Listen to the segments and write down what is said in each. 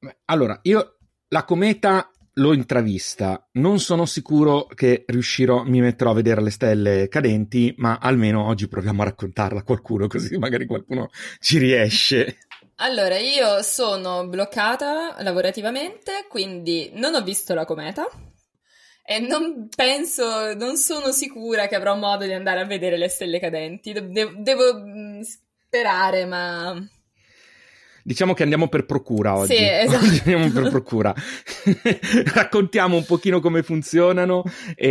Allora, io la cometa l'ho intravista, non sono sicuro che mi metterò a vedere le stelle cadenti, ma almeno oggi proviamo a raccontarla a qualcuno, così magari qualcuno ci riesce. Allora, io sono bloccata lavorativamente, quindi non ho visto la cometa e non sono sicura che avrò modo di andare a vedere le stelle cadenti. Devo sperare, ma... Diciamo che andiamo per procura oggi. Sì, esatto. Oggi andiamo per procura. Raccontiamo un pochino come funzionano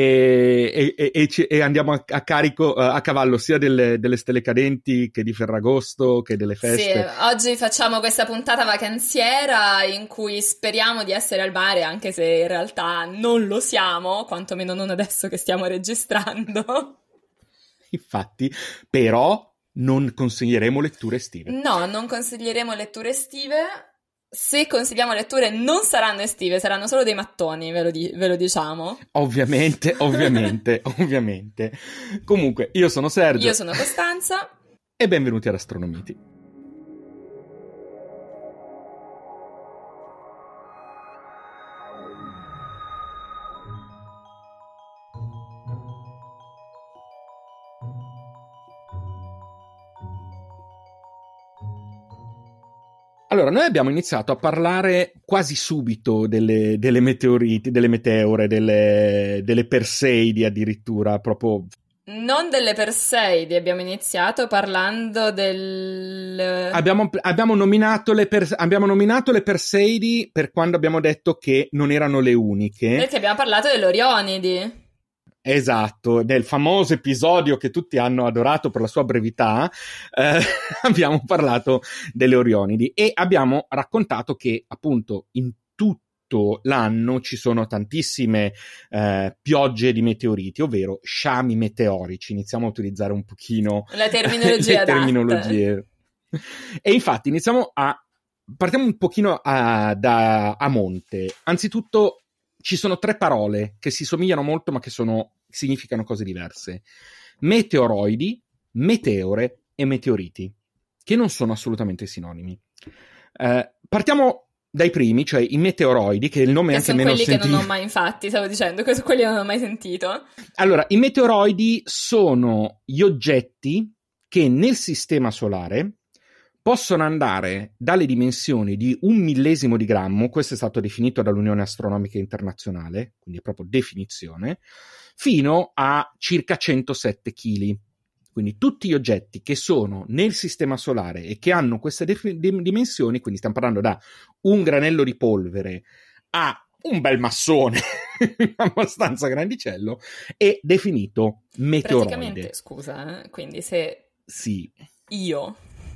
e andiamo a carico, a cavallo sia delle stelle cadenti che di Ferragosto che delle feste. Sì, oggi facciamo questa puntata vacanziera in cui speriamo di essere al mare, anche se in realtà non lo siamo, quantomeno non adesso che stiamo registrando. Infatti, però non consiglieremo letture estive. No, non consiglieremo letture estive. Se consigliamo letture non saranno estive, saranno solo dei mattoni, ve lo diciamo. Ovviamente. Comunque, io sono Sergio. Io sono Costanza. E benvenuti ad Astronomiti. Allora, noi abbiamo iniziato a parlare quasi subito delle meteoriti, delle meteore, delle Perseidi addirittura, proprio... Non delle Perseidi, abbiamo iniziato parlando Abbiamo nominato le Perseidi per quando abbiamo detto che non erano le uniche. Perché abbiamo parlato delle Orionidi. Esatto, nel famoso episodio che tutti hanno adorato per la sua brevità, abbiamo parlato delle Orionidi e abbiamo raccontato che appunto in tutto l'anno ci sono tantissime piogge di meteoriti, ovvero sciami meteorici. Iniziamo a utilizzare un pochino le terminologie. E infatti partiamo un pochino a monte. Anzitutto ci sono 3 parole che si somigliano molto ma che significano cose diverse: meteoroidi, meteore e meteoriti, che non sono assolutamente sinonimi. Partiamo dai primi, cioè i meteoroidi, che il nome è anche meno sentito. Che non ho mai, infatti, stavo dicendo, quelli non ho mai sentito. Allora, i meteoroidi sono gli oggetti che nel sistema solare possono andare dalle dimensioni di 1/1000 di grammo, questo è stato definito dall'Unione Astronomica Internazionale, quindi è proprio definizione, fino a circa 107 kg. Quindi tutti gli oggetti che sono nel sistema solare e che hanno queste dimensioni, quindi stiamo parlando da un granello di polvere a un bel massone abbastanza grandicello, è definito meteoroide. Praticamente, scusa, quindi se sì. io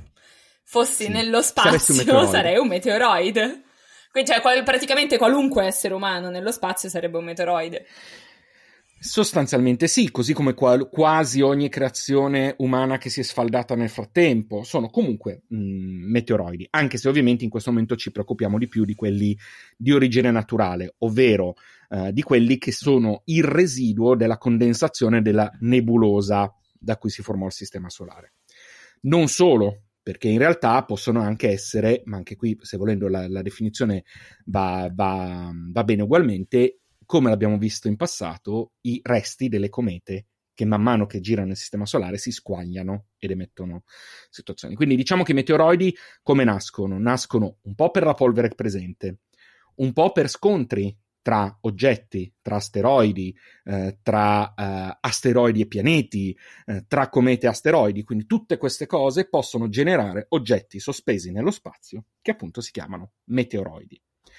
fossi nello spazio sarei un meteoroide. Quindi praticamente qualunque essere umano nello spazio sarebbe un meteoroide. Sostanzialmente sì, così come quasi ogni creazione umana che si è sfaldata nel frattempo sono comunque meteoroidi, anche se ovviamente in questo momento ci preoccupiamo di più di quelli di origine naturale, ovvero di quelli che sono il residuo della condensazione della nebulosa da cui si formò il sistema solare. Non solo, perché in realtà possono anche essere, ma anche qui se volendo la definizione va bene ugualmente, come l'abbiamo visto in passato, i resti delle comete che man mano che girano nel sistema solare si squagliano ed emettono situazioni. Quindi diciamo che i meteoroidi come nascono? Nascono un po' per la polvere presente, un po' per scontri tra oggetti, tra asteroidi, tra asteroidi e pianeti, tra comete e asteroidi. Quindi tutte queste cose possono generare oggetti sospesi nello spazio che appunto si chiamano meteoroidi.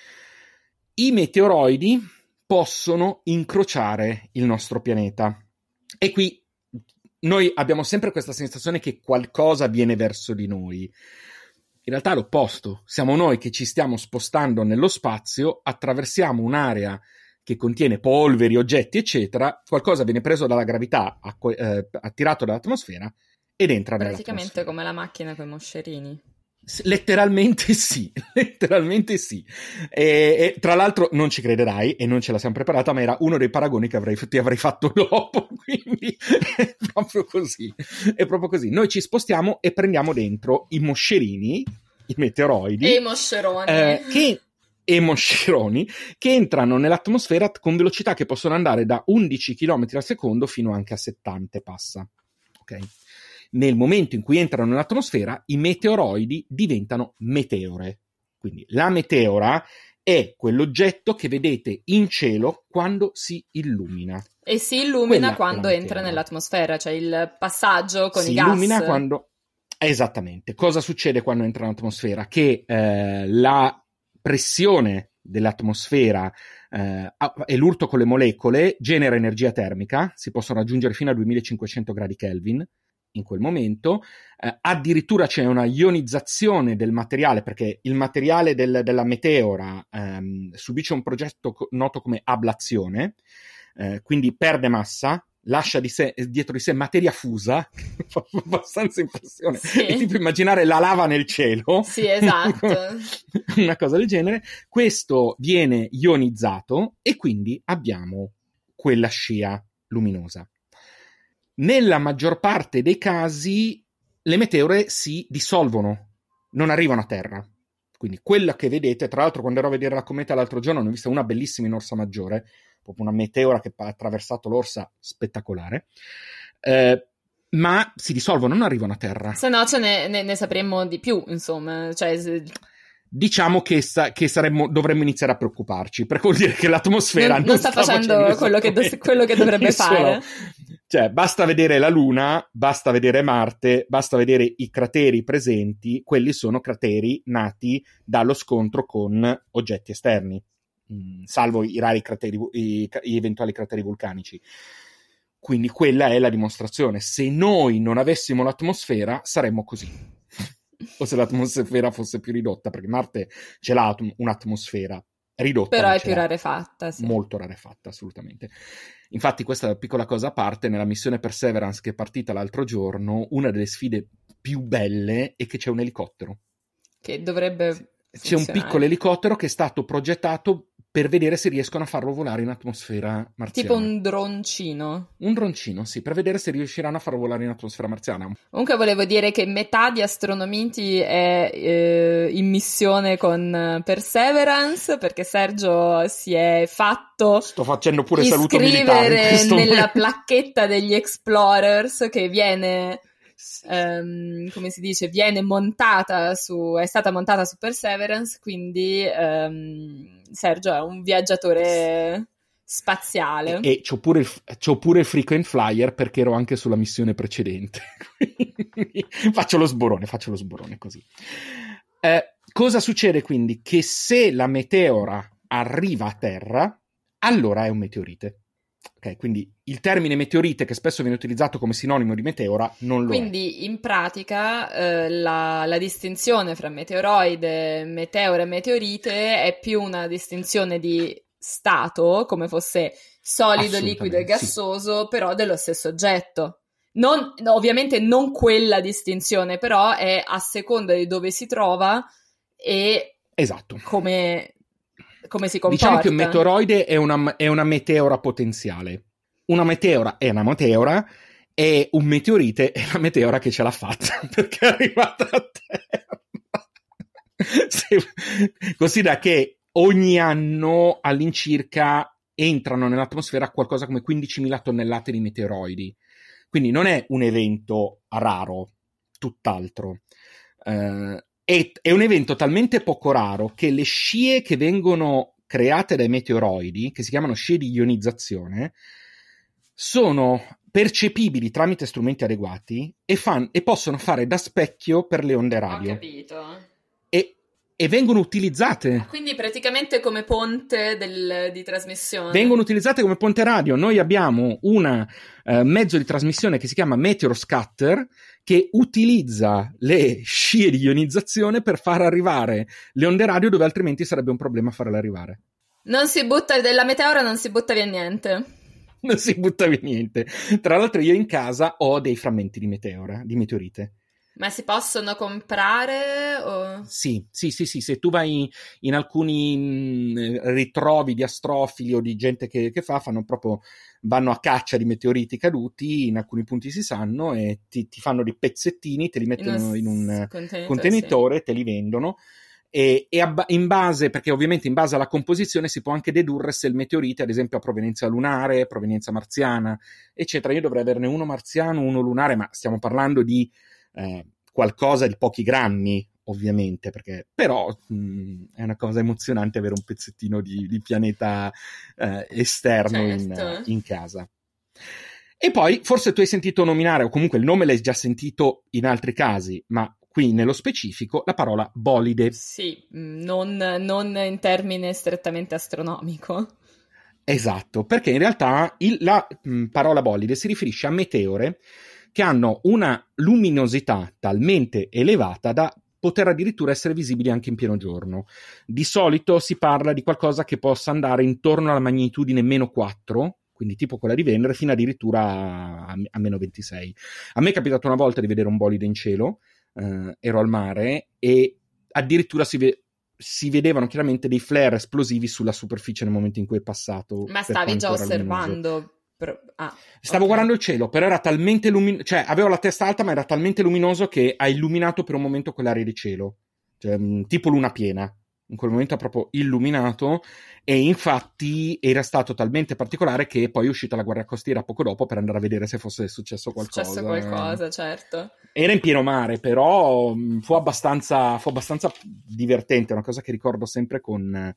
I meteoroidi possono incrociare il nostro pianeta e qui noi abbiamo sempre questa sensazione che qualcosa viene verso di noi. In realtà è l'opposto, siamo noi che ci stiamo spostando nello spazio, attraversiamo un'area che contiene polveri, oggetti eccetera, qualcosa viene preso dalla gravità, attirato dall'atmosfera ed entra nell'atmosfera. Praticamente come la macchina con i moscerini. Letteralmente sì. E tra l'altro non ci crederai e non ce la siamo preparata, ma era uno dei paragoni che ti avrei fatto dopo, quindi è proprio così. Noi ci spostiamo e prendiamo dentro i moscerini, i meteoroidi e i mosceroni e mosceroni che entrano nell'atmosfera con velocità che possono andare da 11 km al secondo fino anche a 70 passa. Ok? Nel momento in cui entrano nell'atmosfera, i meteoroidi diventano meteore. Quindi la meteora è quell'oggetto che vedete in cielo quando si illumina. E si illumina quando entra nell'atmosfera, cioè il passaggio con i gas. Si illumina quando... Esattamente. Cosa succede quando entra nell'atmosfera? Che la pressione dell'atmosfera e l'urto con le molecole genera energia termica, si possono raggiungere fino a 2500 gradi Kelvin in quel momento, addirittura c'è una ionizzazione del materiale, perché il materiale della meteora subisce un progetto noto come ablazione, quindi perde massa, lascia dietro di sé materia fusa, fa abbastanza impressione, sì. È tipo immaginare la lava nel cielo, sì, esatto, una cosa del genere. Questo viene ionizzato e quindi abbiamo quella scia luminosa. Nella maggior parte dei casi le meteore si dissolvono, non arrivano a terra. Quindi quella che vedete, tra l'altro quando ero a vedere la cometa l'altro giorno ne ho vista una bellissima in Orsa Maggiore, proprio una meteora che ha attraversato l'Orsa, spettacolare, ma si dissolvono, non arrivano a terra. Se no ne sapremmo di più, insomma, cioè... Diciamo che dovremmo iniziare a preoccuparci, perché vuol dire che l'atmosfera non sta facendo quello che dovrebbe fare. Cioè, basta vedere la Luna, basta vedere Marte, basta vedere i crateri presenti, quelli sono crateri nati dallo scontro con oggetti esterni, salvo i rari crateri, gli eventuali crateri vulcanici. Quindi quella è la dimostrazione. Se noi non avessimo l'atmosfera, saremmo così. O se l'atmosfera fosse più ridotta, perché Marte ce l'ha un'atmosfera ridotta, però è più rarefatta, sì. Molto rarefatta, assolutamente. Infatti questa è una piccola cosa a parte. Nella missione Perseverance che è partita l'altro giorno, una delle sfide più belle è che c'è un elicottero che dovrebbe c'è un piccolo elicottero che è stato progettato per vedere se riescono a farlo volare in atmosfera marziana. Tipo un droncino. Un droncino, sì, per vedere se riusciranno a farlo volare in atmosfera marziana. Comunque volevo dire che metà di Astronomiti è in missione con Perseverance, perché Sergio si è fatto Sto facendo pure saluto militare in questo nella momento. placchetta degli Explorers che viene... come si dice, viene montata è stata montata su Perseverance, quindi Sergio è un viaggiatore spaziale. E c'ho pure il frequent flyer perché ero anche sulla missione precedente. faccio lo sborone così. Cosa succede quindi? Che se la meteora arriva a terra, allora è un meteorite. Ok, quindi il termine meteorite, che spesso viene utilizzato come sinonimo di meteora, non lo è. Quindi in pratica la distinzione fra meteoroide, meteora e meteorite è più una distinzione di stato, come fosse solido, liquido e gassoso, sì, però dello stesso oggetto. Ovviamente non quella distinzione, però è a seconda di dove si trova e esatto. come si comporta. Diciamo che un meteoroide è una meteora potenziale. Una meteora è una meteora e un meteorite è la meteora che ce l'ha fatta perché è arrivata a terra. Considera che ogni anno all'incirca entrano nell'atmosfera qualcosa come 15.000 tonnellate di meteoroidi. Quindi non è un evento raro, tutt'altro. È un evento talmente poco raro che le scie che vengono create dai meteoroidi, che si chiamano scie di ionizzazione, sono percepibili tramite strumenti adeguati e possono fare da specchio per le onde radio. Ho capito. E vengono utilizzate. Quindi praticamente come ponte di trasmissione. Vengono utilizzate come ponte radio. Noi abbiamo un mezzo di trasmissione che si chiama Meteoroscatter, che utilizza le scie di ionizzazione per far arrivare le onde radio dove altrimenti sarebbe un problema farle arrivare. Della meteora non si butta via niente. Non si butta via niente. Tra l'altro io in casa ho dei frammenti di meteorite. Ma si possono comprare? O... Sì, se tu vai in alcuni ritrovi di astrofili o di gente che vanno a caccia di meteoriti caduti, in alcuni punti si sanno, e ti fanno dei pezzettini, te li mettono in un contenitore, sì, te li vendono. in base, perché ovviamente in base alla composizione si può anche dedurre se il meteorite, ad esempio, ha provenienza lunare, provenienza marziana, eccetera. Io dovrei averne uno marziano, uno lunare, ma stiamo parlando di qualcosa di pochi grammi, ovviamente, perché però è una cosa emozionante avere un pezzettino di pianeta esterno Certo. in casa. E poi forse tu hai sentito nominare, o comunque il nome l'hai già sentito in altri casi, ma qui nello specifico la parola bolide. Sì, non in termine strettamente astronomico. Esatto, perché in realtà la parola bolide si riferisce a meteore che hanno una luminosità talmente elevata da poter addirittura essere visibili anche in pieno giorno. Di solito si parla di qualcosa che possa andare intorno alla magnitudine meno 4, quindi tipo quella di Venere, fino addirittura a meno 26. A me è capitato una volta di vedere un bolide in cielo, ero al mare e addirittura si vedevano chiaramente dei flare esplosivi sulla superficie nel momento in cui è passato. Ma stavi già osservando? Stavo guardando il cielo, però era talmente luminoso, cioè avevo la testa alta ma era talmente luminoso che ha illuminato per un momento quell'area di cielo, cioè, tipo luna piena. In quel momento ha proprio illuminato e infatti era stato talmente particolare che poi è uscita la guardia costiera poco dopo per andare a vedere se fosse successo qualcosa. Successo qualcosa, certo. Era in pieno mare, però fu abbastanza divertente, una cosa che ricordo sempre con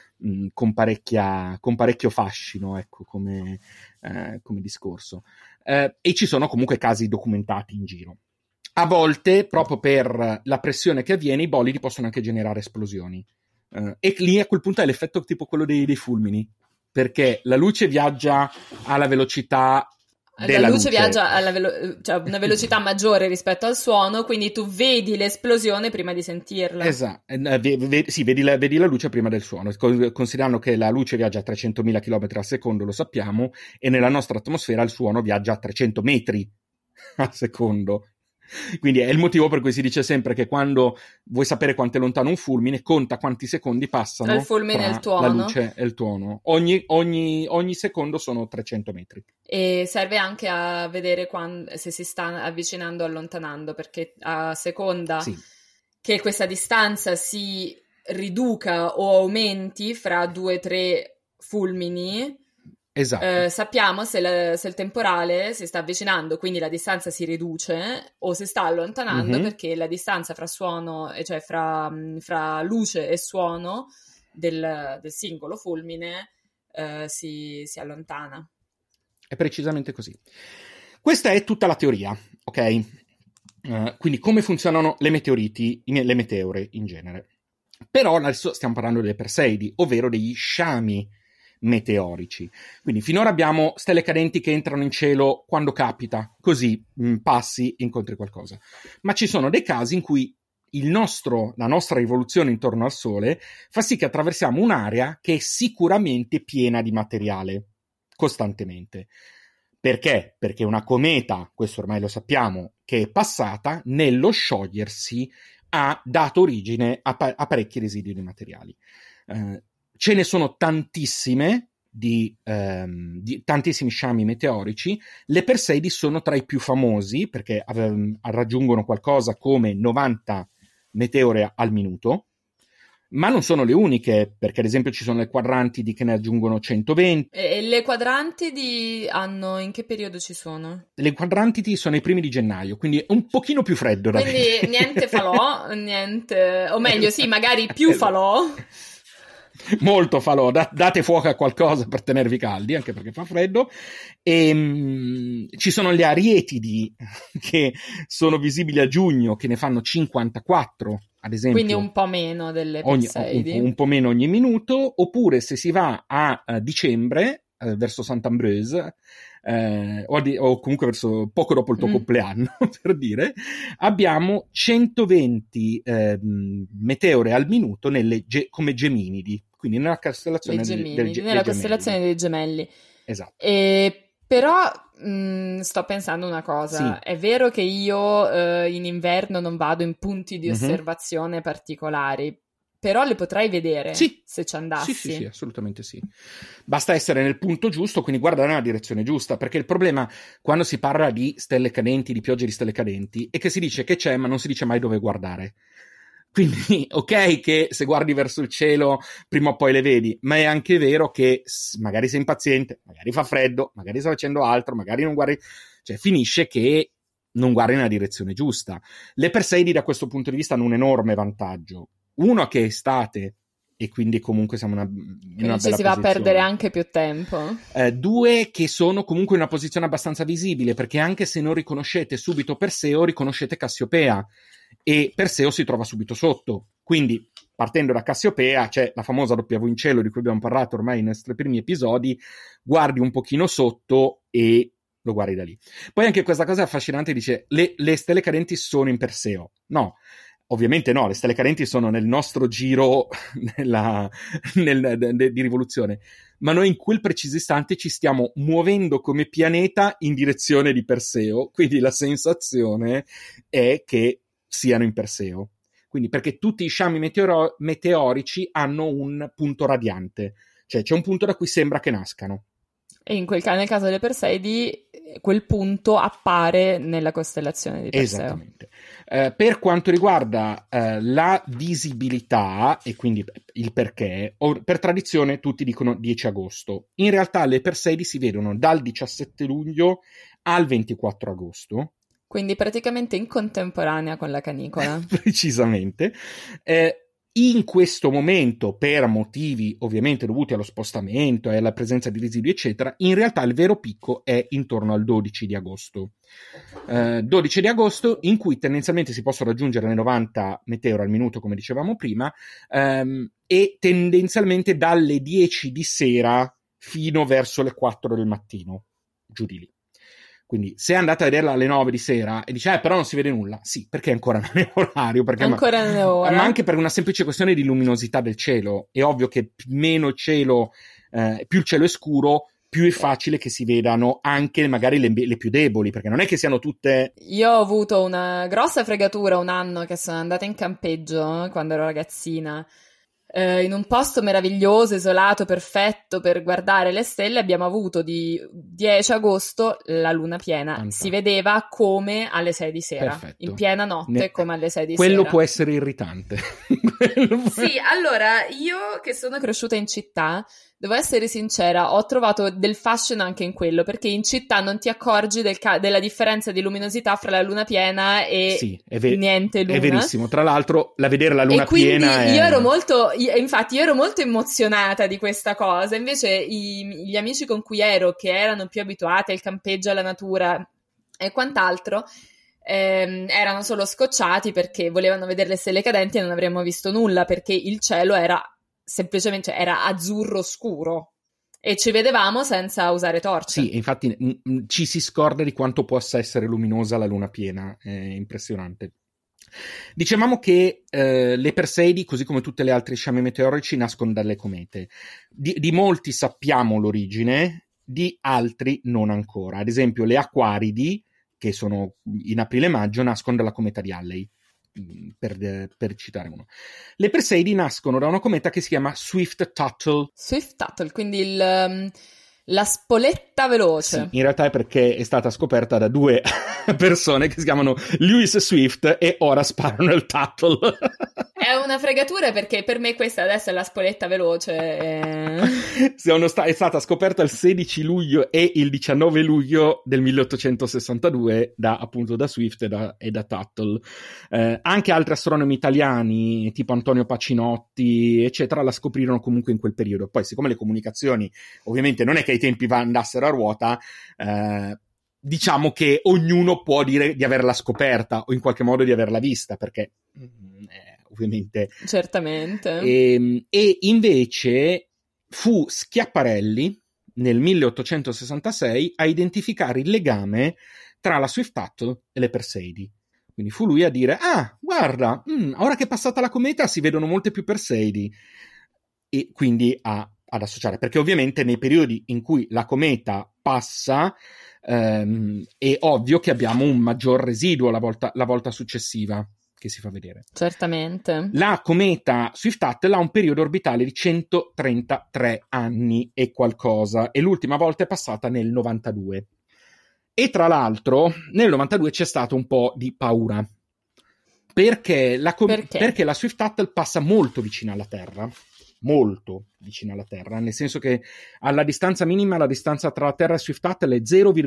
parecchio fascino, ecco, come discorso. E ci sono comunque casi documentati in giro. A volte, proprio per la pressione che avviene, i bolidi possono anche generare esplosioni. E lì a quel punto è l'effetto tipo quello dei fulmini, perché la luce viaggia alla velocità della la luce viaggia cioè una velocità maggiore rispetto al suono, quindi tu vedi l'esplosione prima di sentirla. Esatto, sì, vedi la luce prima del suono, considerando che la luce viaggia a 300.000 km al secondo, lo sappiamo, e nella nostra atmosfera il suono viaggia a 300 metri al secondo. Quindi è il motivo per cui si dice sempre che quando vuoi sapere quanto è lontano un fulmine, conta quanti secondi passano tra il fulmine e il tuono. La luce e il tuono. Ogni secondo sono 300 metri. E serve anche a vedere se si sta avvicinando o allontanando, perché a seconda che questa distanza si riduca o aumenti fra 2 o 3 fulmini, esatto. Sappiamo se il temporale si sta avvicinando, quindi la distanza si riduce, o si sta allontanando, perché la distanza fra suono, cioè fra luce e suono del singolo fulmine si allontana. È precisamente così. Questa è tutta la teoria, ok? Quindi come funzionano le meteore in genere. Però adesso stiamo parlando delle Perseidi, ovvero degli sciami meteorici. Quindi finora abbiamo stelle cadenti che entrano in cielo quando capita, così passi, incontri qualcosa. Ma ci sono dei casi in cui la nostra rivoluzione intorno al Sole fa sì che attraversiamo un'area che è sicuramente piena di materiale, costantemente. Perché? Perché una cometa, questo ormai lo sappiamo, che è passata, nello sciogliersi ha dato origine a parecchi residui di materiali. Ce ne sono tantissime di tantissimi sciami meteorici. Le Perseidi sono tra i più famosi perché raggiungono qualcosa come 90 meteore al minuto, ma non sono le uniche, perché ad esempio ci sono le Quadrantidi che ne aggiungono 120. E le Quadrantidi in che periodo ci sono? Le Quadrantidi sono i primi di gennaio, quindi è un pochino più freddo da quindi vedere. Niente falò, niente, o meglio sì, magari più falò. Molto falò, date fuoco a qualcosa per tenervi caldi, anche perché fa freddo. E ci sono le Arietidi che sono visibili a giugno, che ne fanno 54, ad esempio. Quindi un po' meno delle Perseidi. Un po' meno ogni minuto. Oppure se si va a dicembre, verso Sant'Ambroise, o comunque verso poco dopo il tuo compleanno, per dire, abbiamo 120 meteore al minuto come Geminidi, quindi nella costellazione costellazione dei Gemelli. Esatto. Però sto pensando una cosa, è vero che io in inverno non vado in punti di osservazione particolari, però le potrei vedere se ci andassi. Sì, assolutamente sì. Basta essere nel punto giusto, quindi guardare nella direzione giusta, perché il problema quando si parla di stelle cadenti, di piogge di stelle cadenti, è che si dice che c'è, ma non si dice mai dove guardare. Quindi, ok che se guardi verso il cielo prima o poi le vedi, ma è anche vero che magari sei impaziente, magari fa freddo, magari stai facendo altro, magari non guardi, cioè finisce che non guardi nella direzione giusta. Le Perseidi da questo punto di vista hanno un enorme vantaggio. Uno, che è estate, e quindi comunque siamo in una bella ci si va a perdere anche più tempo. Due, che sono comunque in una posizione abbastanza visibile, perché anche se non riconoscete subito Perseo, riconoscete Cassiopea, e Perseo si trova subito sotto. Quindi, partendo da Cassiopea, c'è la famosa W in cielo di cui abbiamo parlato ormai nei nostri primi episodi, guardi un pochino sotto e lo guardi da lì. Poi anche questa cosa affascinante, dice, le stelle cadenti sono in Perseo. No, ovviamente no, le stelle cadenti sono nel nostro giro di rivoluzione, ma noi in quel preciso istante ci stiamo muovendo come pianeta in direzione di Perseo, quindi la sensazione è che siano in Perseo. Quindi, perché tutti i sciami meteorici hanno un punto radiante, cioè c'è un punto da cui sembra che nascano. E nel caso delle Perseidi, quel punto appare nella costellazione di Perseo. Esattamente. Per quanto riguarda la visibilità, e quindi il perché, per tradizione tutti dicono 10 agosto. In realtà le Perseidi si vedono dal 17 luglio al 24 agosto. Quindi praticamente in contemporanea con la canicola. Precisamente. In questo momento, per motivi ovviamente dovuti allo spostamento e alla presenza di residui, eccetera, in realtà il vero picco è intorno al 12 di agosto. 12 di agosto, in cui tendenzialmente si possono raggiungere le 90 meteore al minuto, come dicevamo prima, e tendenzialmente dalle 10 di sera fino verso le 4 del mattino, giù di lì. Quindi se andate a vederla alle 9 di sera e dice però non si vede nulla, sì, perché ancora non è orario, perché ancora non è ora, ma anche per una semplice questione di luminosità del cielo. È ovvio che meno cielo, più il cielo è scuro, più è facile che si vedano anche magari le più deboli, perché non è che siano tutte... Io ho avuto una grossa fregatura un anno che sono andata in campeggio quando ero ragazzina, in un posto meraviglioso, isolato, perfetto per guardare le stelle. Abbiamo avuto di 10 agosto la luna piena. Fantastico. Si vedeva come alle 6 di sera. Perfetto. In piena notte come alle 6 di quello sera. Può essere irritante. Sì, allora, io che sono cresciuta in città, devo essere sincera, ho trovato del fascino anche in quello, perché in città non ti accorgi della differenza di luminosità fra la luna piena e sì, niente luna. È verissimo, tra l'altro vedere la luna piena io ero molto emozionata di questa cosa. Invece gli amici con cui ero, che erano più abituati al campeggio, alla natura e quant'altro, erano solo scocciati perché volevano vedere le stelle cadenti e non avremmo visto nulla, perché il cielo era azzurro scuro e ci vedevamo senza usare torce. Sì, infatti ci si scorda di quanto possa essere luminosa la luna piena, è impressionante. Dicevamo che le Perseidi, così come tutte le altre sciami meteorici, nascono dalle comete. Di molti sappiamo l'origine, di altri non ancora. Ad esempio le Aquaridi, che sono in aprile-maggio, nascono dalla cometa di Halley. Per citare uno. Le Perseidi nascono da una cometa che si chiama Swift-Tuttle. Swift-Tuttle, quindi la spoletta veloce. Sì, in realtà è perché è stata scoperta da due persone che si chiamano Lewis Swift e ora sparano il Tuttle. È una fregatura, perché per me questa adesso è la spoletta veloce. È stata scoperta il 16 luglio e il 19 luglio del 1862 appunto da Swift e da Tuttle. Anche altri astronomi italiani tipo Antonio Pacinotti eccetera la scoprirono comunque in quel periodo. Poi, siccome le comunicazioni ovviamente non è che ai tempi andassero a ruota, diciamo che ognuno può dire di averla scoperta o in qualche modo di averla vista, perché ovviamente certamente. E invece fu Schiaparelli nel 1866 a identificare il legame tra la Swift-Tuttle e le Perseidi. Quindi fu lui a dire: guarda, ora che è passata la cometa si vedono molte più Perseidi, e quindi ad associare, perché ovviamente nei periodi in cui la cometa passa è ovvio che abbiamo un maggior residuo la volta successiva che si fa vedere. Certamente. La cometa Swift-Tuttle ha un periodo orbitale di 133 anni e qualcosa, e l'ultima volta è passata nel 92. E tra l'altro nel 92 c'è stato un po' di paura, Perché Perché? perché la Swift Shuttle passa molto vicina alla Terra, nel senso che alla distanza minima, la distanza tra la Terra e Swift Shuttle è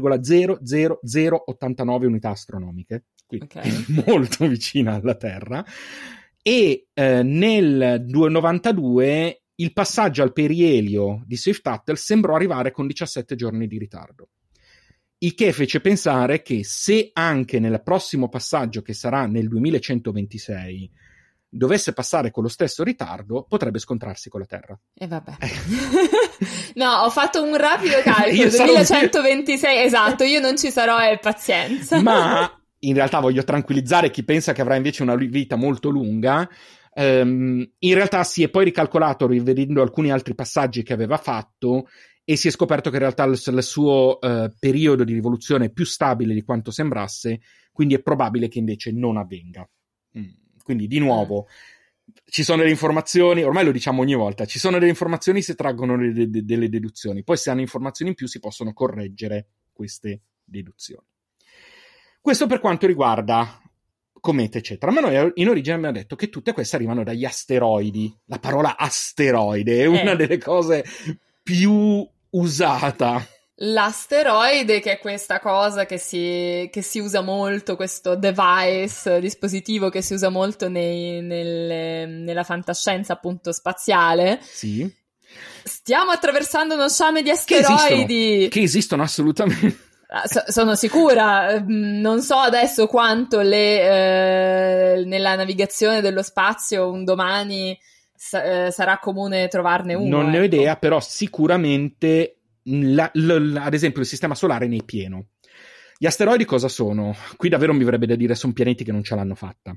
0,00089 unità astronomiche, quindi molto vicina alla Terra, e nel 92 il passaggio al perielio di Swift Shuttle sembrò arrivare con 17 giorni di ritardo. Il che fece pensare che se anche nel prossimo passaggio, che sarà nel 2126, dovesse passare con lo stesso ritardo, potrebbe scontrarsi con la Terra. E vabbè. No, ho fatto un rapido calcolo, 2126, esatto, io non ci sarò, pazienza. Ma in realtà voglio tranquillizzare chi pensa che avrà invece una vita molto lunga. In realtà si è poi ricalcolato rivedendo alcuni altri passaggi che aveva fatto, e si è scoperto che in realtà il suo periodo di rivoluzione è più stabile di quanto sembrasse, quindi è probabile che invece non avvenga. Quindi di nuovo ci sono delle informazioni, ormai lo diciamo ogni volta, ci sono delle informazioni, si traggono delle deduzioni, poi se hanno informazioni in più si possono correggere queste deduzioni. Questo per quanto riguarda comete eccetera, ma noi in origine abbiamo detto che tutte queste arrivano dagli asteroidi. La parola asteroide è una delle cose più usata. L'asteroide, che è questa cosa che si usa molto, questo device, dispositivo che si usa molto nella fantascienza appunto spaziale. Sì. Stiamo attraversando uno sciame di asteroidi. Che esistono assolutamente. Sono sicura, non so adesso quanto nella navigazione dello spazio un domani sarà comune trovarne uno. Non ne ho idea, però sicuramente ad esempio il sistema solare ne è pieno. Gli asteroidi cosa sono? Qui davvero mi verrebbe da dire sono pianeti che non ce l'hanno fatta.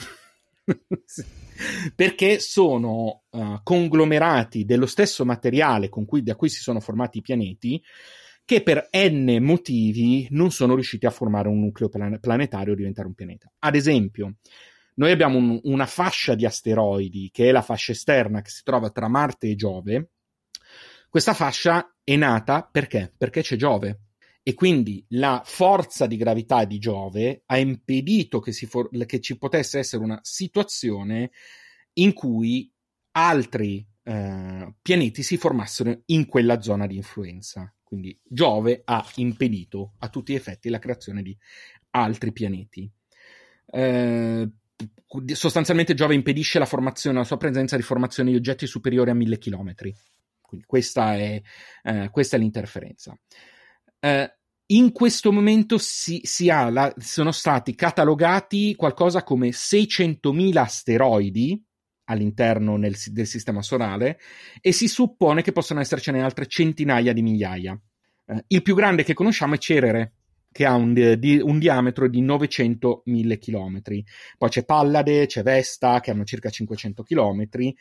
Perché sono conglomerati dello stesso materiale da cui si sono formati i pianeti, che per n motivi non sono riusciti a formare un nucleo planetario o diventare un pianeta. Ad esempio, noi abbiamo una fascia di asteroidi, che è la fascia esterna che si trova tra Marte e Giove. Questa fascia è nata perché? Perché c'è Giove. E quindi la forza di gravità di Giove ha impedito che ci potesse essere una situazione in cui altri pianeti si formassero in quella zona di influenza. Quindi Giove ha impedito a tutti gli effetti la creazione di altri pianeti. Sostanzialmente Giove impedisce la sua presenza di formazione di oggetti superiori a 1000 chilometri. Quindi questa è l'interferenza. In questo momento sono stati catalogati qualcosa come 600.000 asteroidi all'interno del sistema solare, e si suppone che possano essercene altre centinaia di migliaia. Il più grande che conosciamo è Cerere, che ha un diametro di 900.000 chilometri. Poi c'è Pallade, c'è Vesta, che hanno circa 500 chilometri,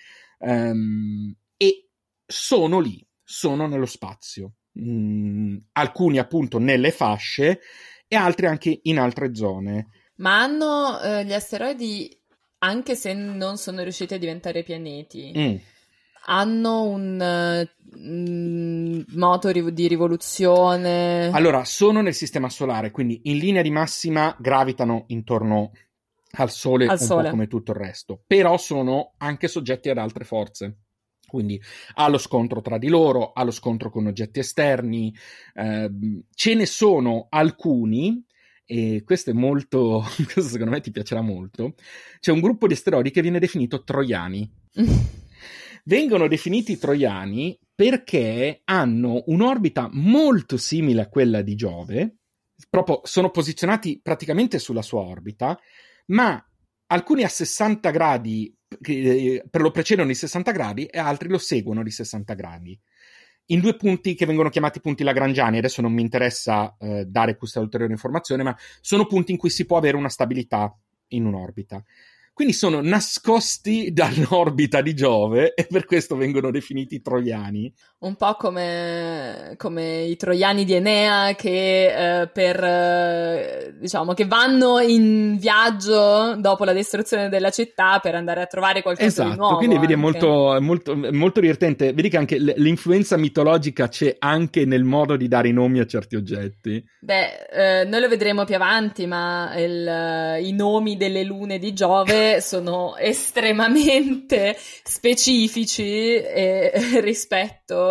e sono lì, sono nello spazio. Alcuni appunto nelle fasce e altri anche in altre zone. Ma hanno gli asteroidi, anche se non sono riusciti a diventare pianeti, hanno un moto di rivoluzione? Allora, sono nel sistema solare, quindi in linea di massima gravitano intorno al Sole un po' come tutto il resto, però sono anche soggetti ad altre forze. Quindi allo scontro tra di loro, allo scontro con oggetti esterni. Ce ne sono alcuni, e questo è molto, questo secondo me ti piacerà molto. C'è un gruppo di asteroidi che viene definito troiani. Vengono definiti troiani perché hanno un'orbita molto simile a quella di Giove, proprio sono posizionati praticamente sulla sua orbita, ma alcuni a 60 gradi per lo precedono di 60 gradi e altri lo seguono di 60 gradi. In due punti che vengono chiamati punti lagrangiani, adesso non mi interessa dare questa ulteriore informazione, ma sono punti in cui si può avere una stabilità in un'orbita. quindi sono nascosti dall'orbita di Giove e per questo vengono definiti troiani. Un po' come i troiani di Enea che diciamo che vanno in viaggio dopo la distruzione della città per andare a trovare qualcosa di nuovo. Quindi vedi, è anche. molto divertente. Vedi che anche l'influenza mitologica c'è anche nel modo di dare i nomi a certi oggetti. Noi lo vedremo più avanti, ma i nomi delle lune di Giove sono estremamente specifici rispetto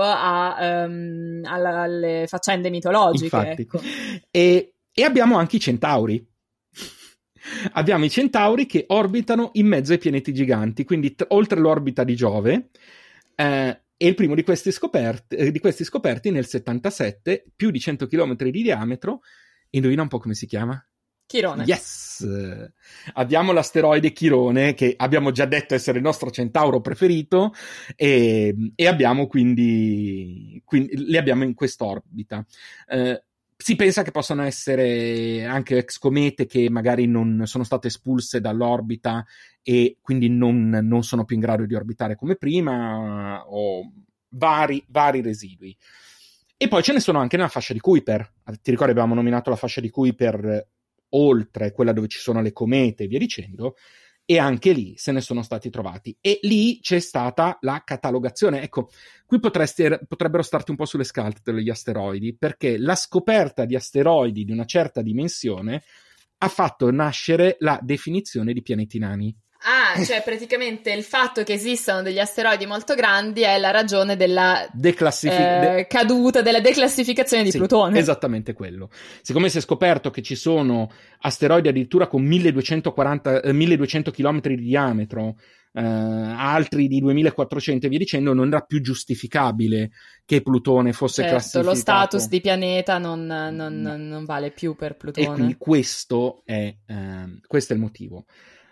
alle faccende mitologiche. Infatti. Ecco. E abbiamo anche i centauri. Abbiamo i centauri che orbitano in mezzo ai pianeti giganti, quindi oltre l'orbita di Giove. E il primo di questi scoperti nel 77, più di 100 km di diametro. Indovina un po' come si chiama? Chirone. Yes! Abbiamo l'asteroide Chirone, che abbiamo già detto essere il nostro centauro preferito, e abbiamo quindi li abbiamo in quest'orbita. Si pensa che possano essere anche excomete che magari non sono state espulse dall'orbita e quindi non sono più in grado di orbitare come prima, o vari residui. E poi ce ne sono anche nella fascia di Kuiper. Ti ricordi, abbiamo nominato la fascia di Kuiper oltre quella dove ci sono le comete e via dicendo, e anche lì se ne sono stati trovati. E lì c'è stata la catalogazione. Ecco, qui potrebbero starti un po' sulle scatole gli asteroidi, perché la scoperta di asteroidi di una certa dimensione ha fatto nascere la definizione di pianeti nani. Ah, cioè praticamente il fatto che esistano degli asteroidi molto grandi è la ragione della caduta, della declassificazione di Plutone. Esattamente quello. Siccome si è scoperto che ci sono asteroidi addirittura con 1200 km di diametro, altri di 2400 e via dicendo, non era più giustificabile che Plutone fosse classificato. Lo status di pianeta non vale più per Plutone. E quindi questo è il motivo.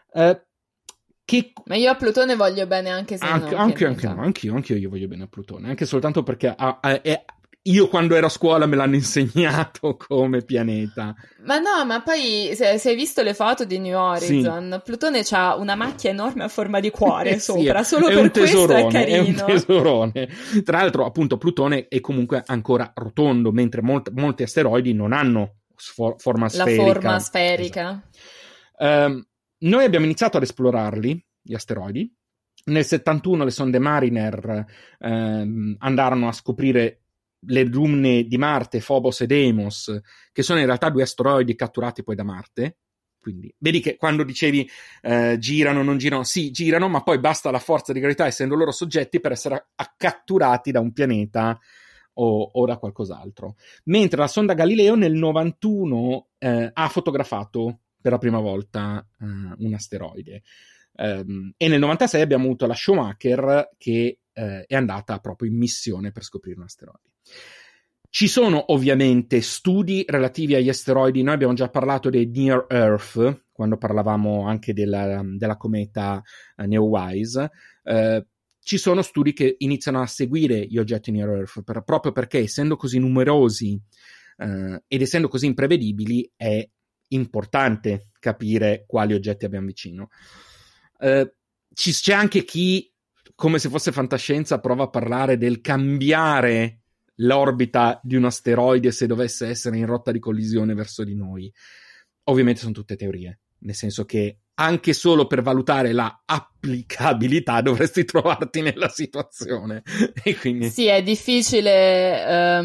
Ma io a Plutone voglio bene anche se anch'io io voglio bene a Plutone, anche soltanto perché io quando ero a scuola me l'hanno insegnato come pianeta. Ma no, ma poi se hai visto le foto di New Horizon, sì. Plutone c'ha una macchia enorme a forma di cuore sopra, solo per questo è carino. È un tesorone. Tra l'altro, appunto, Plutone è comunque ancora rotondo, mentre molti asteroidi non hanno forma sferica. La forma sferica. Esatto. Noi abbiamo iniziato ad esplorarli, gli asteroidi. Nel 71 le sonde Mariner andarono a scoprire le lune di Marte, Phobos e Deimos, che sono in realtà 2 asteroidi catturati poi da Marte. Quindi vedi che quando dicevi girano, non girano, sì, girano, ma poi basta la forza di gravità, essendo loro soggetti, per essere catturati da un pianeta o da qualcos'altro. Mentre la sonda Galileo nel 91 ha fotografato per la prima volta un asteroide. E nel 96 abbiamo avuto la Schumacher che è andata proprio in missione per scoprire un asteroide. Ci sono ovviamente studi relativi agli asteroidi. Noi abbiamo già parlato dei Near Earth quando parlavamo anche della cometa Neowise. Ci sono studi che iniziano a seguire gli oggetti Near Earth proprio perché, essendo così numerosi ed essendo così imprevedibili, è importante capire quali oggetti abbiamo vicino. C'è anche chi, come se fosse fantascienza, prova a parlare del cambiare l'orbita di un asteroide se dovesse essere in rotta di collisione verso di noi. Ovviamente sono tutte teorie, nel senso che anche solo per valutare la applicabilità dovresti trovarti nella situazione. E quindi... Sì, è difficile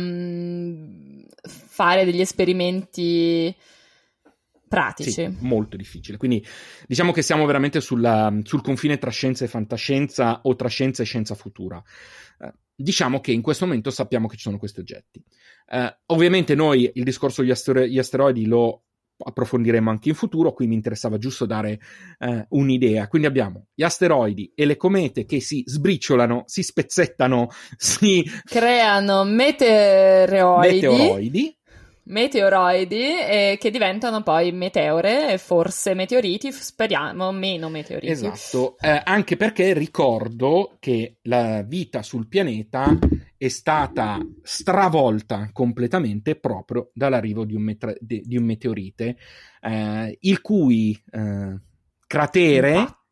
fare degli esperimenti pratici. Sì, molto difficile. Quindi diciamo che siamo veramente sul confine tra scienza e fantascienza, o tra scienza e scienza futura. Diciamo che in questo momento sappiamo che ci sono questi oggetti. Ovviamente noi il discorso degli asteroidi lo approfondiremo anche in futuro, qui mi interessava giusto dare un'idea. Quindi abbiamo gli asteroidi e le comete che si sbriciolano, si spezzettano, si creano meteoroidi che diventano poi meteore e forse meteoriti, speriamo meno meteoriti. Esatto, anche perché ricordo che la vita sul pianeta è stata stravolta completamente proprio dall'arrivo di un meteorite, il cui cratere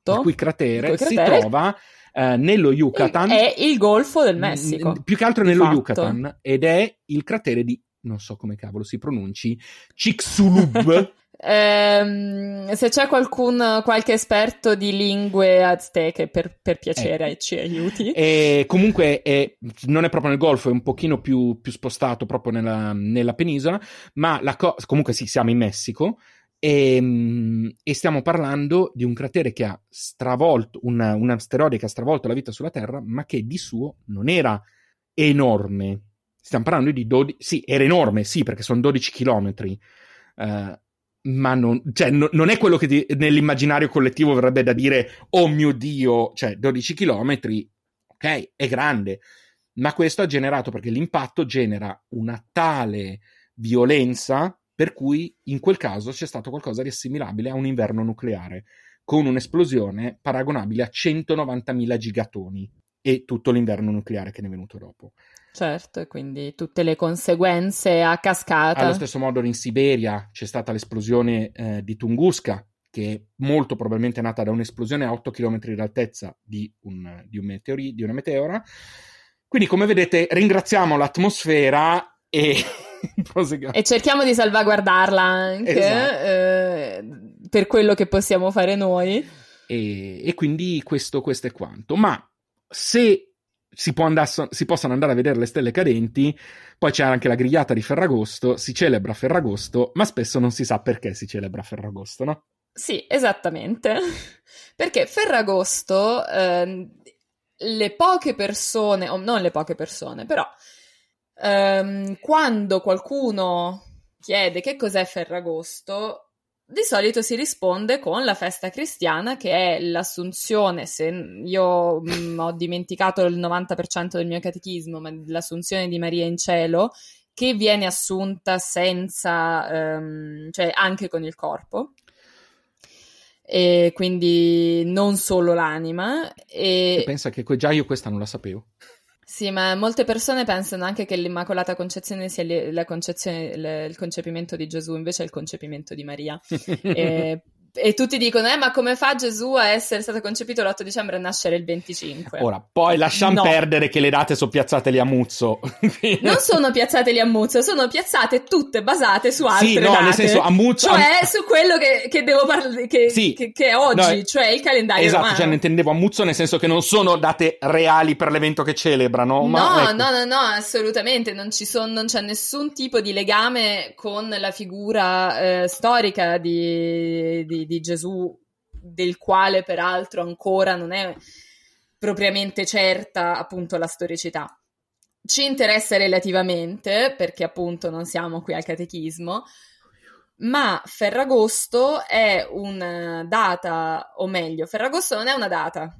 Esatto. Il cui cratere si trova nello Yucatan. È il Golfo del Messico. Più che altro nello Yucatan. Ed è il cratere di, non so come cavolo si pronunci, Chicxulub. Se c'è qualche esperto di lingue azteche, per piacere, ci aiuti. Comunque non è proprio nel Golfo, è un pochino più spostato proprio nella penisola, ma comunque sì, siamo in Messico e stiamo parlando di un cratere che ha stravolto, un asteroide che ha stravolto la vita sulla Terra, ma che di suo non era enorme. Stiamo parlando di 12, sì, era enorme, sì, perché sono 12 chilometri, ma non è quello che nell'immaginario collettivo verrebbe da dire oh mio Dio, cioè 12 chilometri, ok, è grande, ma questo ha generato, perché l'impatto genera una tale violenza per cui in quel caso c'è stato qualcosa di assimilabile a un inverno nucleare, con un'esplosione paragonabile a 190.000 gigatoni e tutto l'inverno nucleare che ne è venuto dopo. Certo, e quindi tutte le conseguenze a cascata. Allo stesso modo in Siberia c'è stata l'esplosione di Tunguska, che molto probabilmente è nata da un'esplosione a 8 km d'altezza di una meteora. Quindi, come vedete, ringraziamo l'atmosfera e cerchiamo di salvaguardarla anche, esatto. Per quello che possiamo fare noi. E quindi questo è quanto. Ma se si possono andare a vedere le stelle cadenti, poi c'è anche la grigliata di Ferragosto, si celebra Ferragosto, ma spesso non si sa perché si celebra Ferragosto, no? Sì, esattamente. Perché Ferragosto, le poche persone, o non le poche persone, però quando qualcuno chiede che cos'è Ferragosto, di solito si risponde con la festa cristiana, che è l'assunzione, se io ho dimenticato il 90% del mio catechismo, ma l'assunzione di Maria in cielo, che viene assunta senza, cioè anche con il corpo, e quindi non solo l'anima. E pensa che già io questa non la sapevo. Sì, ma molte persone pensano anche che l'Immacolata Concezione sia il concepimento di Gesù, invece è il concepimento di Maria. E tutti dicono, ma come fa Gesù a essere stato concepito l'8 dicembre e nascere il 25? Ora, poi lasciamo perdere che le date sono piazzate lì a Muzzo. Non sono piazzate lì a Muzzo, sono piazzate tutte basate su altre date. Nel senso, a Muzzo... Cioè, su quello che devo parlare, che è oggi, cioè il calendario esatto, romano. Cioè ne intendevo a Muzzo nel senso che non sono date reali per l'evento che celebrano. No, assolutamente, non c'è nessun tipo di legame con la figura storica di Gesù, del quale peraltro ancora non è propriamente certa appunto la storicità. Ci interessa relativamente, perché appunto non siamo qui al catechismo, ma Ferragosto è una data, o meglio, Ferragosto non è una data.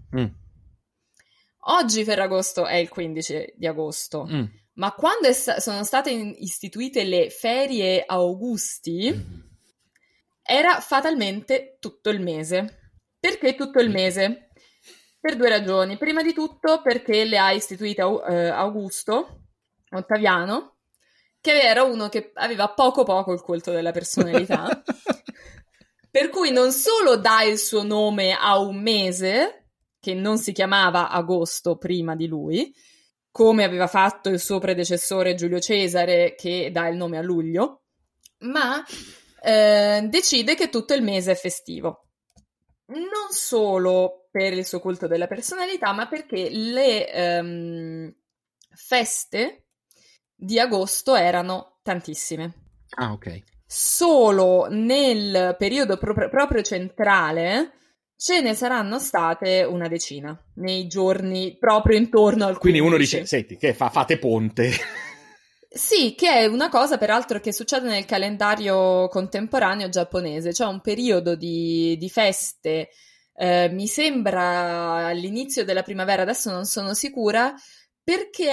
Oggi Ferragosto è il 15 di agosto, ma quando sono state istituite le ferie Augusti, era fatalmente tutto il mese. Perché tutto il mese? Per due ragioni. Prima di tutto perché le ha istituite Augusto, Ottaviano, che era uno che aveva poco il culto della personalità, per cui non solo dà il suo nome a un mese, che non si chiamava agosto prima di lui, come aveva fatto il suo predecessore Giulio Cesare, che dà il nome a luglio, ma decide che tutto il mese è festivo. Non solo per il suo culto della personalità, ma perché le feste di agosto erano tantissime. Ah, ok. Solo nel periodo proprio centrale ce ne saranno state una decina, nei giorni proprio intorno al 15. Quindi uno dice, senti, che fate ponte? Sì, che è una cosa peraltro che succede nel calendario contemporaneo giapponese. C'è un periodo di feste, mi sembra all'inizio della primavera, adesso non sono sicura, perché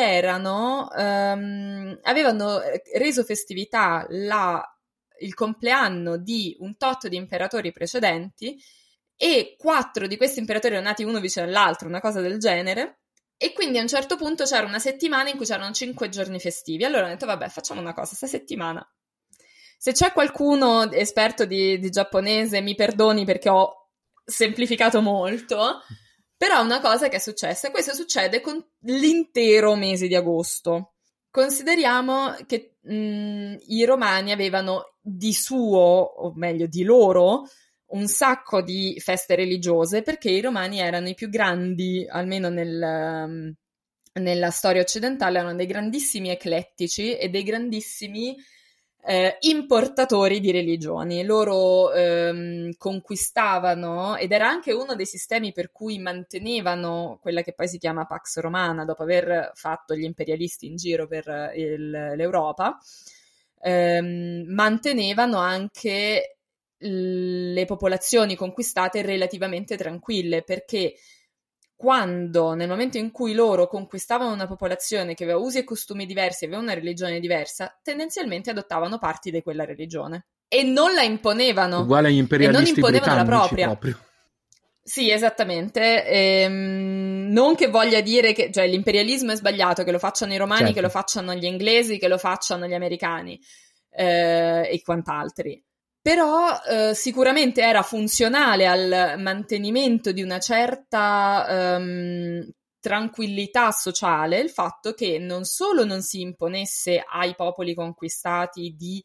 avevano reso festività il compleanno di un tot di imperatori precedenti, e 4 di questi imperatori erano nati uno vicino all'altro, una cosa del genere. E quindi a un certo punto c'era una settimana in cui c'erano 5 giorni festivi. Allora ho detto, vabbè, facciamo una cosa, sta settimana. Se c'è qualcuno esperto di giapponese, mi perdoni perché ho semplificato molto, però una cosa che è successa, e questo succede con l'intero mese di agosto. Consideriamo che i romani avevano di suo, o meglio di loro, un sacco di feste religiose, perché i romani erano i più grandi, almeno nella storia occidentale, erano dei grandissimi eclettici e dei grandissimi importatori di religioni. Loro conquistavano, ed era anche uno dei sistemi per cui mantenevano quella che poi si chiama Pax Romana, dopo aver fatto gli imperialisti in giro per l'Europa, mantenevano anche le popolazioni conquistate relativamente tranquille, perché nel momento in cui loro conquistavano una popolazione che aveva usi e costumi diversi, aveva una religione diversa, tendenzialmente adottavano parti di quella religione e non la imponevano. Uguale agli imperialisti britannici la propria. Proprio. Sì, esattamente. Non che voglia dire che cioè, l'imperialismo è sbagliato, che lo facciano i romani, certo, che lo facciano gli inglesi, che lo facciano gli americani e quant'altri. Però sicuramente era funzionale al mantenimento di una certa tranquillità sociale il fatto che non solo non si imponesse ai popoli conquistati di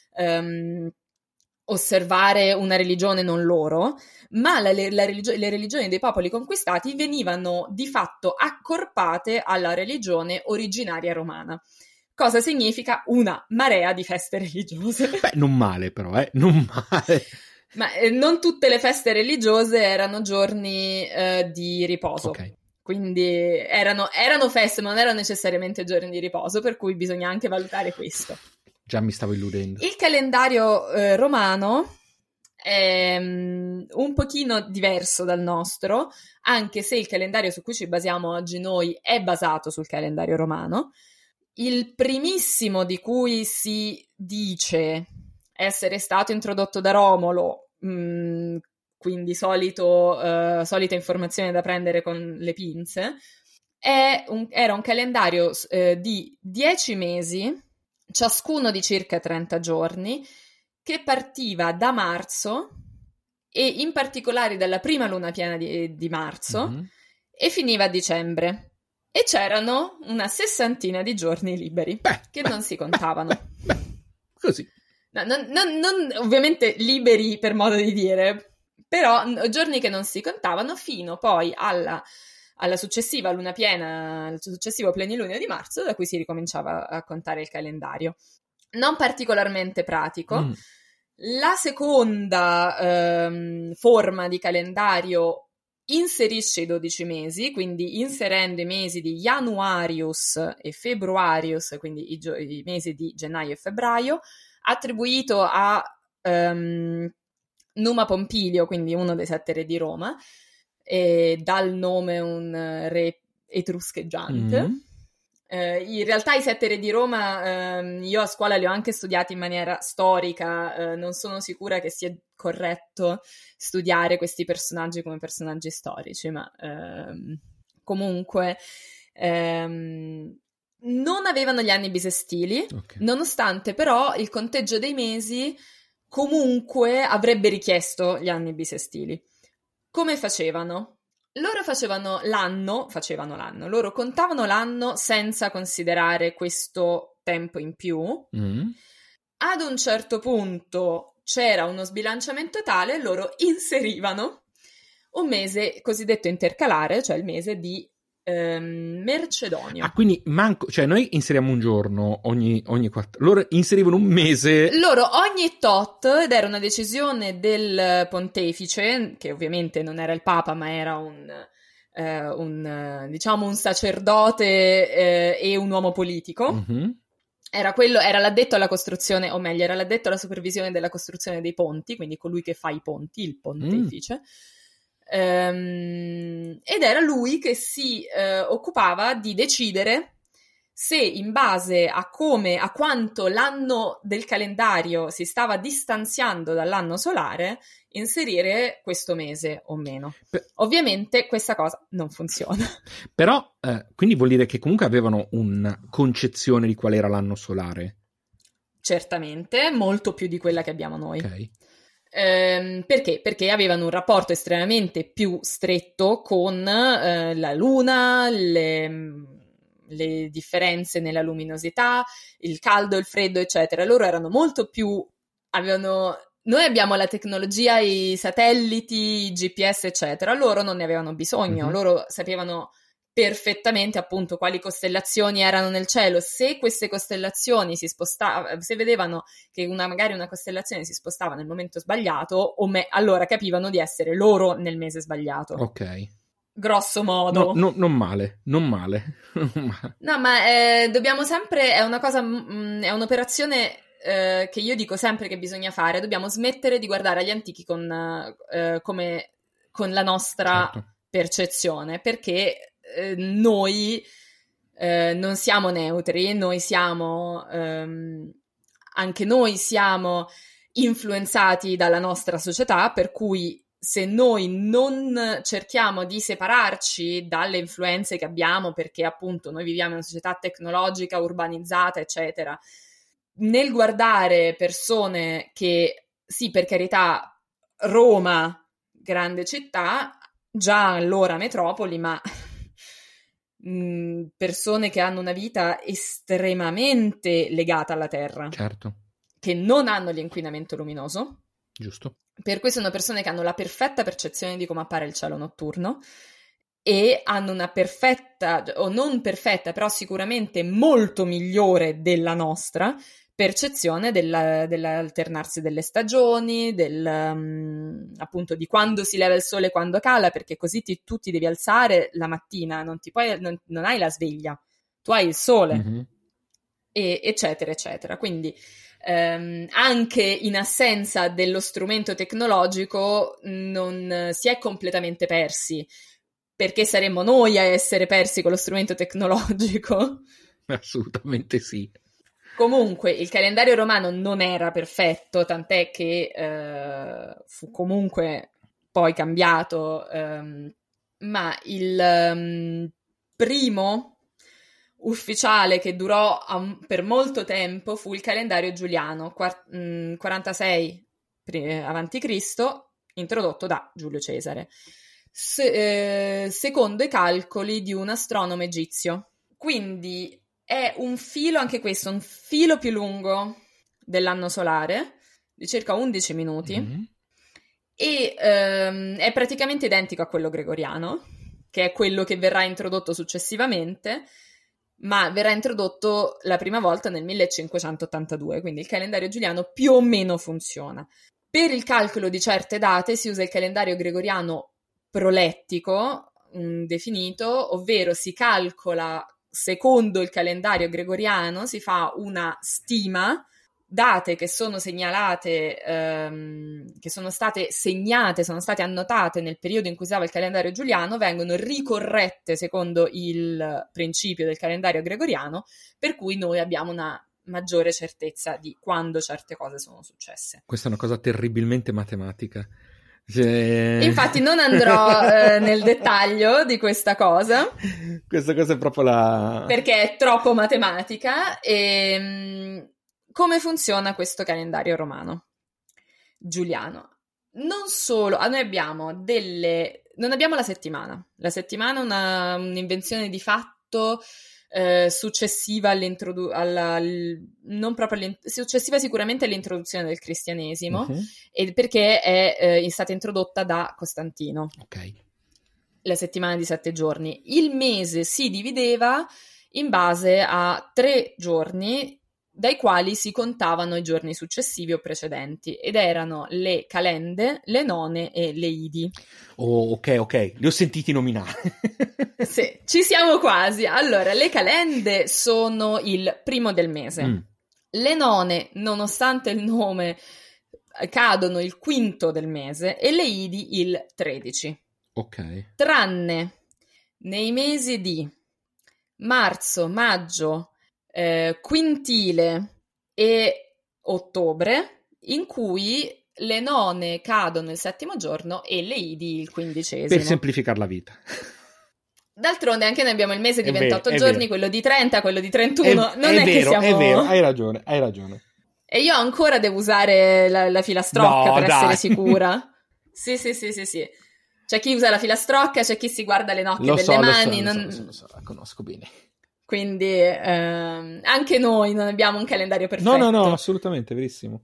osservare una religione non loro, ma le religioni dei popoli conquistati venivano di fatto accorpate alla religione originaria romana. Cosa significa una marea di feste religiose. Beh, non male però, non male. Ma non tutte le feste religiose erano giorni di riposo. Okay. Quindi erano feste, ma non erano necessariamente giorni di riposo, per cui bisogna anche valutare questo. Già mi stavo illudendo. Il calendario romano è un pochino diverso dal nostro, anche se il calendario su cui ci basiamo oggi noi è basato sul calendario romano. Il primissimo di cui si dice essere stato introdotto da Romolo, quindi solita informazione da prendere con le pinze, era un calendario di 10 mesi, ciascuno di circa 30 giorni, che partiva da marzo e in particolare dalla prima luna piena di marzo e finiva a dicembre. E c'erano una 60 di giorni liberi che non si contavano. Così. No, non ovviamente liberi per modo di dire, però giorni che non si contavano fino poi alla successiva luna piena, al successivo plenilunio di marzo, da cui si ricominciava a contare il calendario. Non particolarmente pratico. La seconda forma di calendario inserisce i 12 mesi, quindi inserendo i mesi di Januarius e Februarius, quindi i mesi di gennaio e febbraio, attribuito a Numa Pompilio, quindi uno dei 7 re di Roma, e dal nome un re etruscheggiante. In realtà i 7 re di Roma io a scuola li ho anche studiati in maniera storica, non sono sicura che sia corretto studiare questi personaggi come personaggi storici, ma comunque non avevano gli anni bisestili, nonostante però il conteggio dei mesi comunque avrebbe richiesto gli anni bisestili. Come facevano? Loro loro contavano l'anno senza considerare questo tempo in più. Ad un certo punto c'era uno sbilanciamento tale, loro inserivano un mese cosiddetto intercalare, cioè il mese di Mercedonio. Ah, quindi cioè noi inseriamo un giorno ogni 4, loro inserivano un mese. Loro ogni tot, ed era una decisione del pontefice, che ovviamente non era il Papa, ma era un sacerdote e un uomo politico. Era l'addetto alla costruzione, o meglio, era l'addetto alla supervisione della costruzione dei ponti, quindi colui che fa i ponti, il pontefice. Ed era lui che si occupava di decidere se in base a quanto l'anno del calendario si stava distanziando dall'anno solare inserire questo mese o meno. Ovviamente questa cosa non funziona. Però quindi vuol dire che comunque avevano una concezione di qual era l'anno solare? Certamente, molto più di quella che abbiamo noi. Ok. Perché? Perché avevano un rapporto estremamente più stretto con la Luna, le differenze nella luminosità, il caldo, il freddo, eccetera. Loro erano molto più... Noi abbiamo la tecnologia, i satelliti, i GPS, eccetera. Loro non ne avevano bisogno. Mhm. Loro sapevano perfettamente appunto quali costellazioni erano nel cielo. Se queste costellazioni si spostavano, se vedevano che magari una costellazione si spostava nel momento sbagliato, allora capivano di essere loro nel mese sbagliato. Ok. Grosso modo. No, non male, non male. No, ma dobbiamo sempre, è una cosa, è un'operazione che io dico sempre che bisogna fare. Dobbiamo smettere di guardare agli antichi con la nostra Certo. percezione, perché noi non siamo neutri, noi siamo anche noi siamo influenzati dalla nostra società, per cui se noi non cerchiamo di separarci dalle influenze che abbiamo, perché appunto noi viviamo in una società tecnologica, urbanizzata, eccetera, nel guardare persone che, sì, per carità, Roma, grande città, già allora metropoli, ma persone che hanno una vita estremamente legata alla terra, Certo. che non hanno l'inquinamento luminoso. Giusto. Per cui sono persone che hanno la perfetta percezione di come appare il cielo notturno e hanno una perfetta, o non perfetta, però sicuramente molto migliore della nostra percezione dell'alternarsi delle stagioni, appunto di quando si leva il sole e quando cala, perché così tu ti devi alzare la mattina, non hai la sveglia, tu hai il sole, Mhm. eccetera, eccetera. Quindi anche in assenza dello strumento tecnologico non si è completamente persi, perché saremmo noi a essere persi con lo strumento tecnologico. Assolutamente sì. Comunque il calendario romano non era perfetto, tant'è che fu comunque poi cambiato, ma il primo ufficiale che durò per molto tempo fu il calendario giuliano, 46 avanti Cristo, introdotto da Giulio Cesare, secondo i calcoli di un astronomo egizio. Quindi è un filo, anche questo, un filo più lungo dell'anno solare, di circa 11 minuti, Mhm. e è praticamente identico a quello gregoriano, che è quello che verrà introdotto successivamente, ma verrà introdotto la prima volta nel 1582, quindi il calendario giuliano più o meno funziona. Per il calcolo di certe date si usa il calendario gregoriano prolettico, definito, ovvero si calcola secondo il calendario gregoriano, si fa una stima, date che sono segnalate, che sono state segnate, sono state annotate nel periodo in cui usava il calendario giuliano, vengono ricorrette secondo il principio del calendario gregoriano, per cui noi abbiamo una maggiore certezza di quando certe cose sono successe. Questa è una cosa terribilmente matematica. Cioè... Infatti non andrò nel dettaglio di questa cosa. Questa cosa è proprio perché è troppo matematica. E come funziona questo calendario romano giuliano? Non solo, noi abbiamo non abbiamo la settimana. La settimana è un'invenzione di fatto successiva successiva sicuramente all'introduzione del cristianesimo, e perché è stata introdotta da Costantino. Ok. La settimana di 7 giorni. Il mese si divideva in base a 3 giorni, dai quali si contavano i giorni successivi o precedenti, ed erano le calende, le none e le idi. Oh, ok, li ho sentiti nominare. Sì, ci siamo quasi. Allora, le calende sono il primo del mese. Le none, nonostante il nome, cadono il quinto del mese, e le idi il 13. Ok. Tranne nei mesi di marzo, maggio, quintile e ottobre, in cui le none cadono il settimo giorno e le idi il 15°. Per semplificare la vita. D'altronde anche noi abbiamo il mese di È 28 vero, giorni, vero. quello di 30, quello di 31. Non è vero, che siamo... È vero, hai ragione. E io ancora devo usare la filastrocca No, per dai. essere sicura. Sì. C'è chi usa la filastrocca, c'è chi si guarda le nocche delle mani. Lo so, la conosco bene. Quindi anche noi non abbiamo un calendario perfetto. No, assolutamente, verissimo.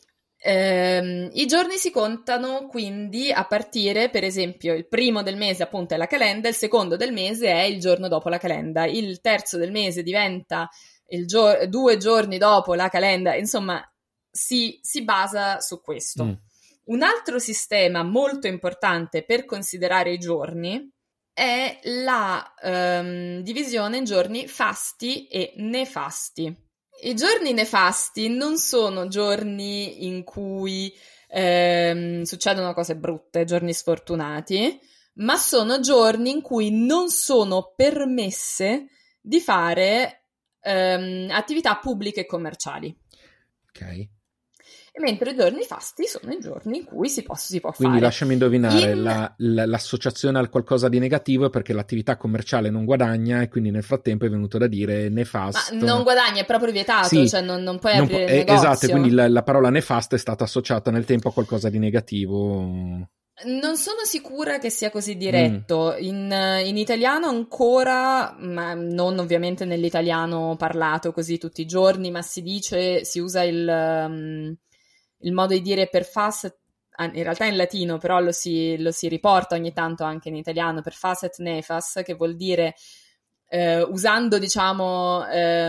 I giorni si contano quindi a partire, per esempio, il primo del mese appunto è la calenda, il secondo del mese è il giorno dopo la calenda, il terzo del mese diventa 2 giorni dopo la calenda, insomma si basa su questo. Un altro sistema molto importante per considerare i giorni è la divisione in giorni fasti e nefasti. I giorni nefasti non sono giorni in cui succedono cose brutte, giorni sfortunati, ma sono giorni in cui non sono permesse di fare attività pubbliche e commerciali. Ok. Mentre i giorni fasti sono i giorni in cui si può Quindi fare. lasciami indovinare, l'associazione al qualcosa di negativo è perché l'attività commerciale non guadagna e quindi nel frattempo è venuto da dire nefasto. Ma non guadagna, è proprio vietato, sì, cioè non puoi aprire il negozio. Esatto, e quindi la parola nefasto è stata associata nel tempo a qualcosa di negativo. Non sono sicura che sia così diretto. In italiano ancora, ma non ovviamente nell'italiano parlato così tutti i giorni, ma si usa il modo di dire per fas, in realtà in latino, però lo si riporta ogni tanto anche in italiano, per fas et nefas, che vuol dire usando, diciamo,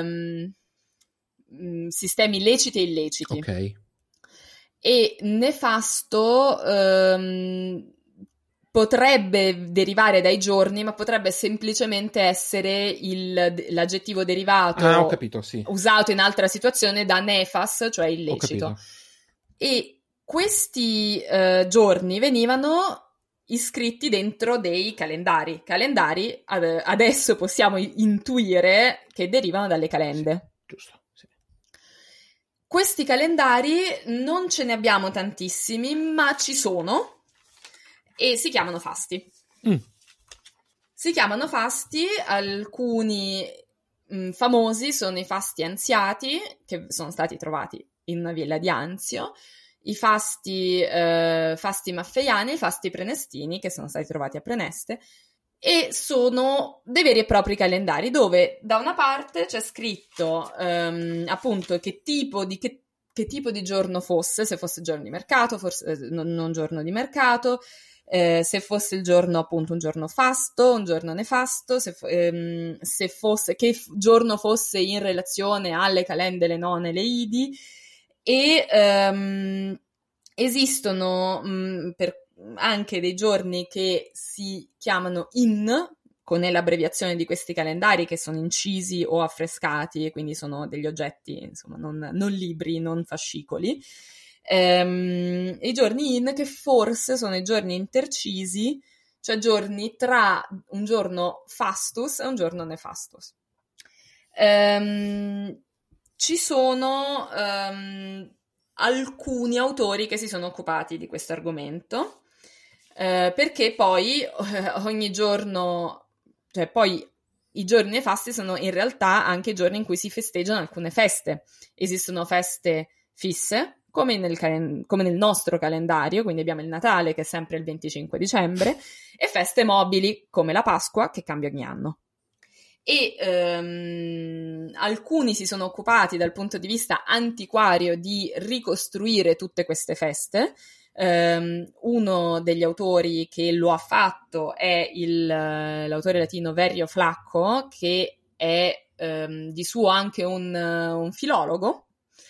sistemi leciti e illeciti. Ok. E nefasto potrebbe derivare dai giorni, ma potrebbe semplicemente essere l'aggettivo derivato ho capito, sì. usato in altra situazione da nefas, cioè illecito. Ho capito. E questi giorni venivano iscritti dentro dei calendari. Calendari adesso possiamo intuire che derivano dalle calende. Sì, giusto. Sì. Questi calendari non ce ne abbiamo tantissimi, ma ci sono e si chiamano fasti. Si chiamano fasti, alcuni famosi sono i fasti anziati, che sono stati trovati in una villa di Anzio, i fasti maffeiani e i fasti prenestini, che sono stati trovati a Preneste, e sono dei veri e propri calendari dove da una parte c'è scritto appunto che tipo di giorno fosse, se fosse giorno di mercato, forse non giorno di mercato, se fosse il giorno appunto un giorno fasto, un giorno nefasto, se fosse che giorno fosse in relazione alle calende, le none, le idi, e esistono anche dei giorni che si chiamano con l'abbreviazione di questi calendari, che sono incisi o affrescati, e quindi sono degli oggetti, insomma, non libri, non fascicoli. I giorni che forse sono i giorni intercisi, cioè giorni tra un giorno fastus e un giorno nefastus. Ci sono alcuni autori che si sono occupati di questo argomento, perché poi ogni giorno, cioè poi i giorni nefasti sono in realtà anche i giorni in cui si festeggiano alcune feste. Esistono feste fisse, come nel nostro calendario, quindi abbiamo il Natale che è sempre il 25 dicembre, e feste mobili come la Pasqua che cambia ogni anno. E alcuni si sono occupati dal punto di vista antiquario di ricostruire tutte queste feste. Uno degli autori che lo ha fatto è l'autore latino Verrio Flacco, che è di suo anche un filologo,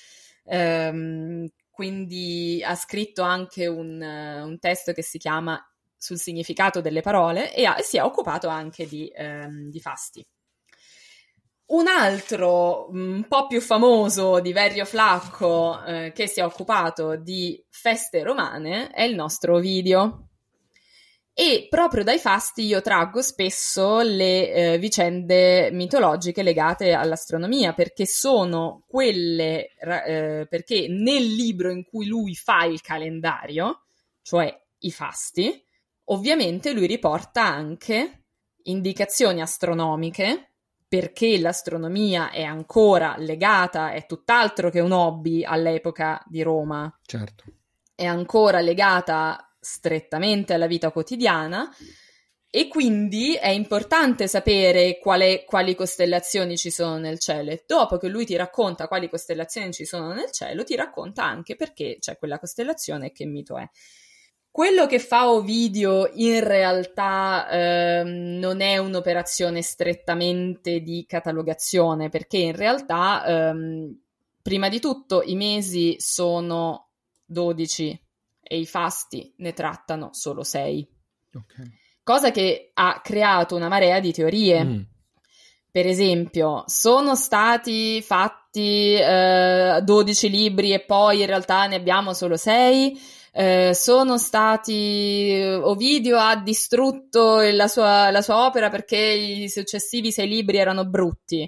quindi ha scritto anche un testo che si chiama Sul significato delle parole e si è occupato anche di fasti. Un altro un po' più famoso di Verrio Flacco che si è occupato di feste romane è il nostro Ovidio. E proprio dai fasti io traggo spesso le vicende mitologiche legate all'astronomia, perché sono quelle, perché nel libro in cui lui fa il calendario, cioè i fasti, ovviamente lui riporta anche indicazioni astronomiche perché l'astronomia è ancora legata, è tutt'altro che un hobby all'epoca di Roma. Certo. È ancora legata strettamente alla vita quotidiana e quindi è importante sapere quali costellazioni ci sono nel cielo. E dopo che lui ti racconta quali costellazioni ci sono nel cielo, ti racconta anche perché c'è quella costellazione e che mito è. Quello che fa Ovidio in realtà non è un'operazione strettamente di catalogazione, perché in realtà, prima di tutto, i mesi sono 12 e i fasti ne trattano solo 6. Okay. Cosa che ha creato una marea di teorie. Per esempio, sono stati fatti 12 libri e poi in realtà ne abbiamo solo 6. Sono stati Ovidio ha distrutto la sua opera perché i successivi 6 libri erano brutti.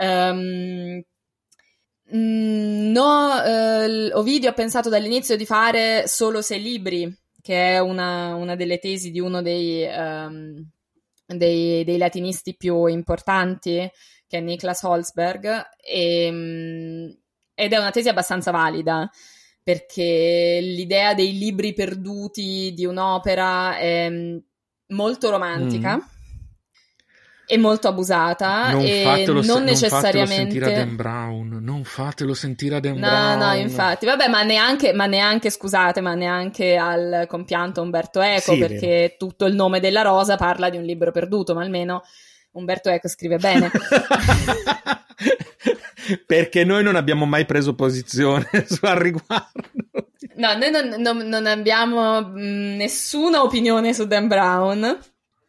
Ovidio ha pensato dall'inizio di fare solo 6 libri, che è una delle tesi di uno dei latinisti più importanti, che è Niklas Holzberg, ed è una tesi abbastanza valida, perché l'idea dei libri perduti di un'opera è molto romantica e molto abusata, non e non necessariamente... Non fatelo sentire a Dan Brown, non fatelo sentire a Dan Brown. No, infatti, vabbè, ma neanche, scusate, ma neanche al compianto Umberto Eco, sì, perché vero. Tutto il nome della rosa parla di un libro perduto, ma almeno Umberto Eco scrive bene. Perché noi non abbiamo mai preso posizione al riguardo. No, noi non abbiamo nessuna opinione su Dan Brown,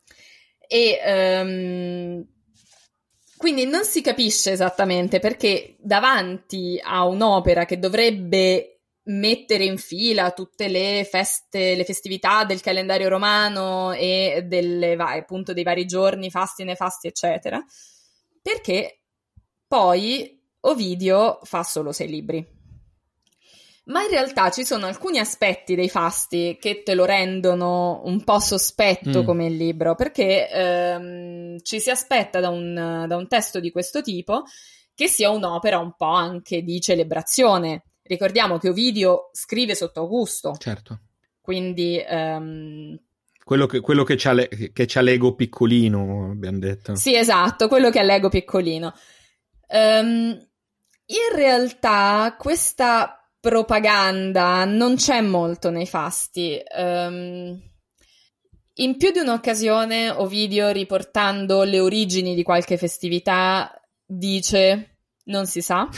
e quindi non si capisce esattamente perché davanti a un'opera che dovrebbe mettere in fila tutte le festività del calendario romano e appunto dei vari giorni, fasti, nefasti, eccetera, perché poi Ovidio fa solo 6 libri. Ma in realtà ci sono alcuni aspetti dei fasti che te lo rendono un po' sospetto come il libro, perché ci si aspetta da un testo di questo tipo che sia un'opera un po' anche di celebrazione. Ricordiamo che Ovidio scrive sotto Augusto. Certo. Quindi... quello che c'ha l'ego piccolino, abbiamo detto. Sì, esatto, quello che ha l'ego piccolino. In realtà questa propaganda non c'è molto nei fasti. In più di un'occasione Ovidio, riportando le origini di qualche festività, dice, non si sa,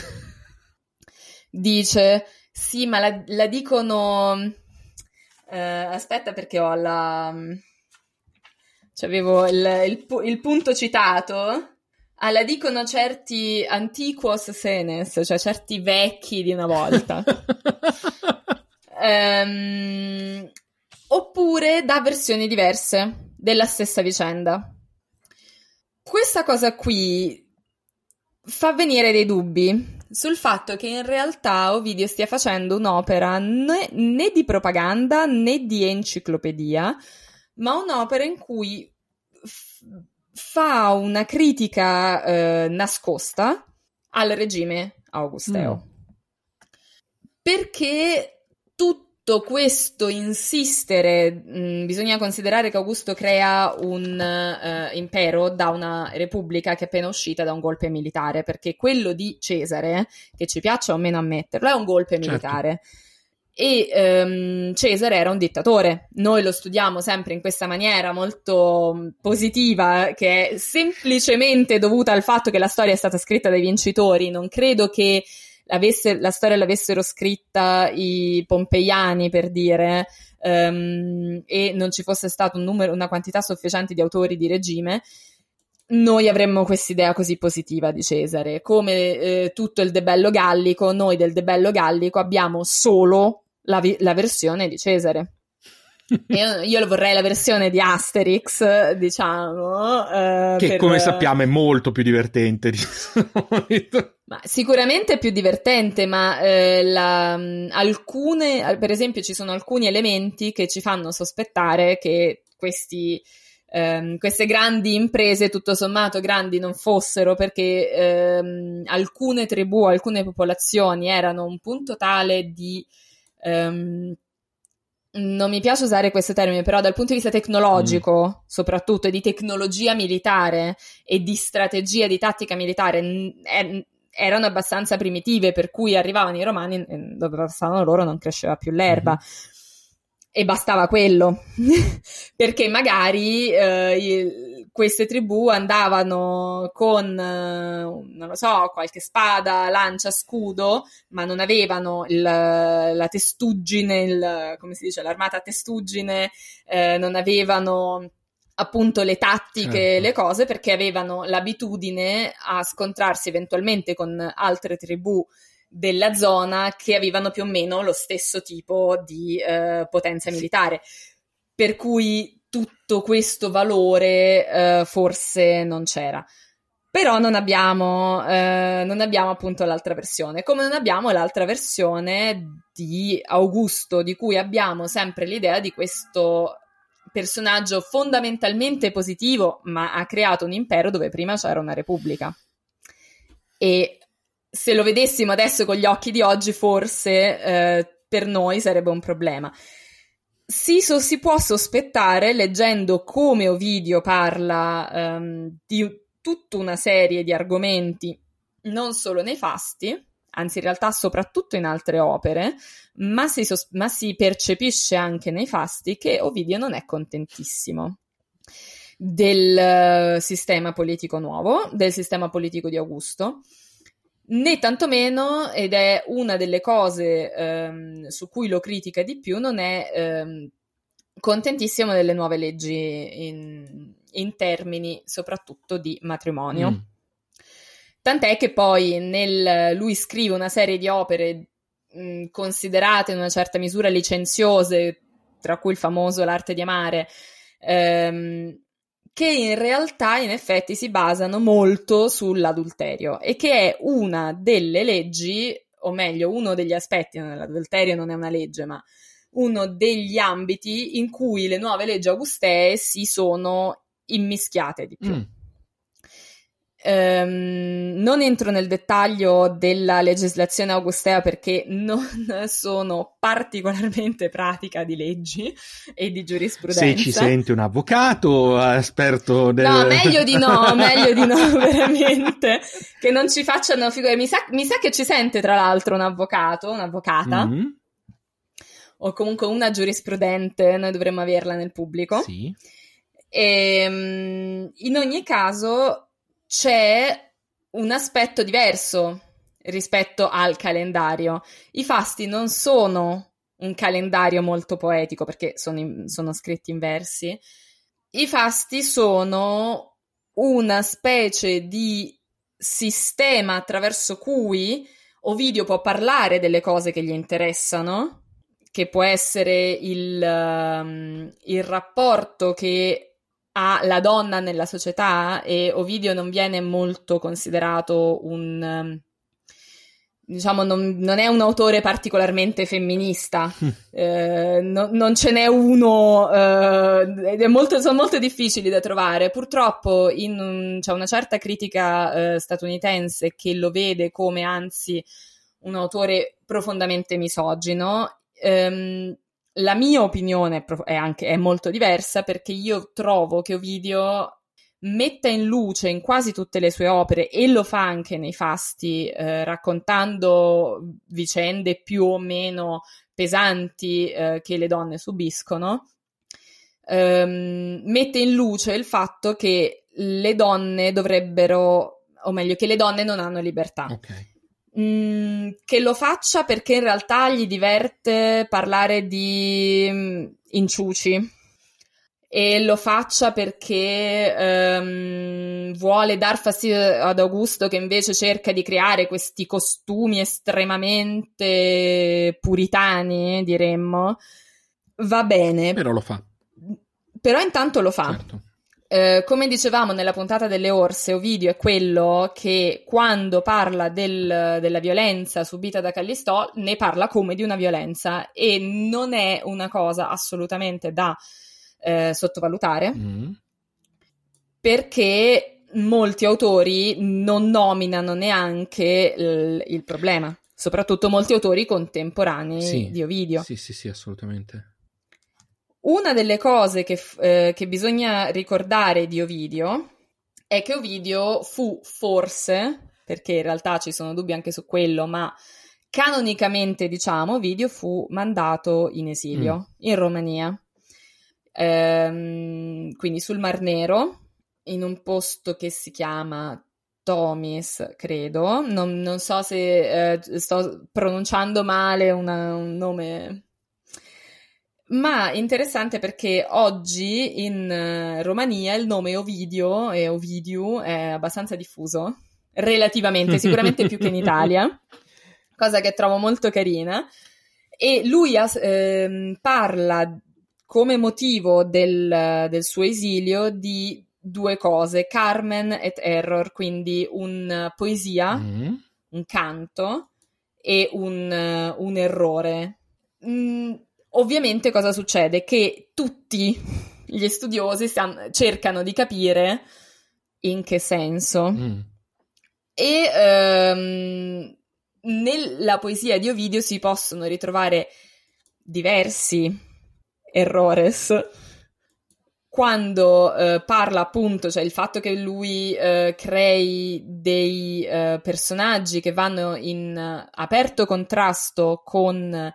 dice, sì, ma la dicono... aspetta, perché ho c'avevo il punto citato. La dicono certi antiquos senes, cioè certi vecchi di una volta. Oppure da versioni diverse della stessa vicenda. Questa cosa qui fa venire dei dubbi sul fatto che in realtà Ovidio stia facendo un'opera né di propaganda né di enciclopedia, ma un'opera in cui fa una critica nascosta al regime augusteo. Perché tutto questo insistere, bisogna considerare che Augusto crea un impero da una repubblica che è appena uscita da un golpe militare, perché quello di Cesare, che ci piaccia o meno ammetterlo, è un golpe militare. Certo. E Cesare era un dittatore. Noi lo studiamo sempre in questa maniera molto positiva, che è semplicemente dovuta al fatto che la storia è stata scritta dai vincitori. Non credo che la storia l'avessero scritta i pompeiani, per dire, e non ci fosse stato una quantità sufficiente di autori di regime, noi avremmo quest'idea così positiva di Cesare. Come tutto il debello gallico, noi del debello gallico abbiamo solo la versione di Cesare. Io vorrei la versione di Asterix, diciamo. Che come sappiamo è molto più divertente di solito. Ma sicuramente è più divertente, ma per esempio ci sono alcuni elementi che ci fanno sospettare che questi queste grandi imprese tutto sommato grandi non fossero, perché alcune tribù, alcune popolazioni erano un punto tale di non mi piace usare questo termine, però dal punto di vista tecnologico soprattutto, e di tecnologia militare e di strategia, di tattica militare, erano abbastanza primitive, per cui arrivavano i romani e dove passavano loro non cresceva più l'erba. E bastava quello, perché magari queste tribù andavano con, non lo so, qualche spada, lancia, scudo, ma non avevano la testuggine, come si dice, l'armata a testuggine, non avevano appunto le tattiche, certo, le cose, perché avevano l'abitudine a scontrarsi eventualmente con altre tribù della zona che avevano più o meno lo stesso tipo di potenza militare, per cui tutto questo valore forse non c'era. Però non abbiamo appunto l'altra versione, come non abbiamo l'altra versione di Augusto, di cui abbiamo sempre l'idea di questo personaggio fondamentalmente positivo, ma ha creato un impero dove prima c'era una repubblica. E se lo vedessimo adesso con gli occhi di oggi, forse per noi sarebbe un problema. Si può sospettare, leggendo come Ovidio parla di tutta una serie di argomenti, non solo nei Fasti, anzi in realtà soprattutto in altre opere, ma si percepisce anche nei Fasti che Ovidio non è contentissimo del sistema politico nuovo, del sistema politico di Augusto, né tantomeno, ed è una delle cose su cui lo critica di più, non è contentissimo delle nuove leggi in termini soprattutto di matrimonio. Tant'è che poi lui scrive una serie di opere considerate in una certa misura licenziose, tra cui il famoso L'arte di amare, che in realtà in effetti si basano molto sull'adulterio, e che è una delle leggi, o meglio uno degli aspetti, l'adulterio non è una legge, ma uno degli ambiti in cui le nuove leggi augustee si sono immischiate di più. Non entro nel dettaglio della legislazione augustea perché non sono particolarmente pratica di leggi e di giurisprudenza. Se ci sente un avvocato esperto del... No, meglio di no, veramente, che non ci facciano figure. Mi sa che ci sente tra l'altro un avvocato, un'avvocata, o comunque una giurisprudente, noi dovremmo averla nel pubblico. Sì. E, in ogni caso c'è un aspetto diverso rispetto al calendario. I Fasti non sono un calendario molto poetico perché sono scritti in versi. I Fasti sono una specie di sistema attraverso cui Ovidio può parlare delle cose che gli interessano, che può essere il rapporto che ha la donna nella società, e Ovidio non viene molto considerato non è un autore particolarmente femminista, non ce n'è uno, sono molto difficili da trovare. Purtroppo c'è una certa critica statunitense che lo vede come anzi un autore profondamente misogino. La mia opinione è molto diversa, perché io trovo che Ovidio metta in luce in quasi tutte le sue opere, e lo fa anche nei Fasti, raccontando vicende più o meno pesanti che le donne subiscono, mette in luce il fatto che le donne dovrebbero, o meglio, che le donne non hanno libertà. Ok. Che lo faccia perché in realtà gli diverte parlare di inciuci, e lo faccia perché vuole dar fastidio ad Augusto, che invece cerca di creare questi costumi estremamente puritani, diremmo. Va bene. Però lo fa. Però intanto lo fa. Certo. Come dicevamo nella puntata delle Orse, Ovidio è quello che quando parla della violenza subita da Callistò ne parla come di una violenza, e non è una cosa assolutamente da sottovalutare, perché molti autori non nominano neanche il problema, soprattutto molti autori contemporanei di Ovidio. Sì, assolutamente. Una delle cose che bisogna ricordare di Ovidio è che Ovidio fu forse, perché in realtà ci sono dubbi anche su quello, ma canonicamente, diciamo, Ovidio fu mandato in esilio in Romania, quindi sul Mar Nero, in un posto che si chiama Tomis, credo. Non so se sto pronunciando male un nome, ma interessante perché oggi in Romania il nome Ovidio e Ovidiu è abbastanza diffuso, relativamente, sicuramente più che in Italia, cosa che trovo molto carina, e lui parla come motivo del suo esilio di due cose, Carmen et Error, quindi una poesia, un canto e un errore. Ovviamente cosa succede? Che tutti gli studiosi cercano di capire in che senso. E nella poesia di Ovidio si possono ritrovare diversi errores. Quando parla appunto, cioè il fatto che lui crei dei personaggi che vanno in aperto contrasto con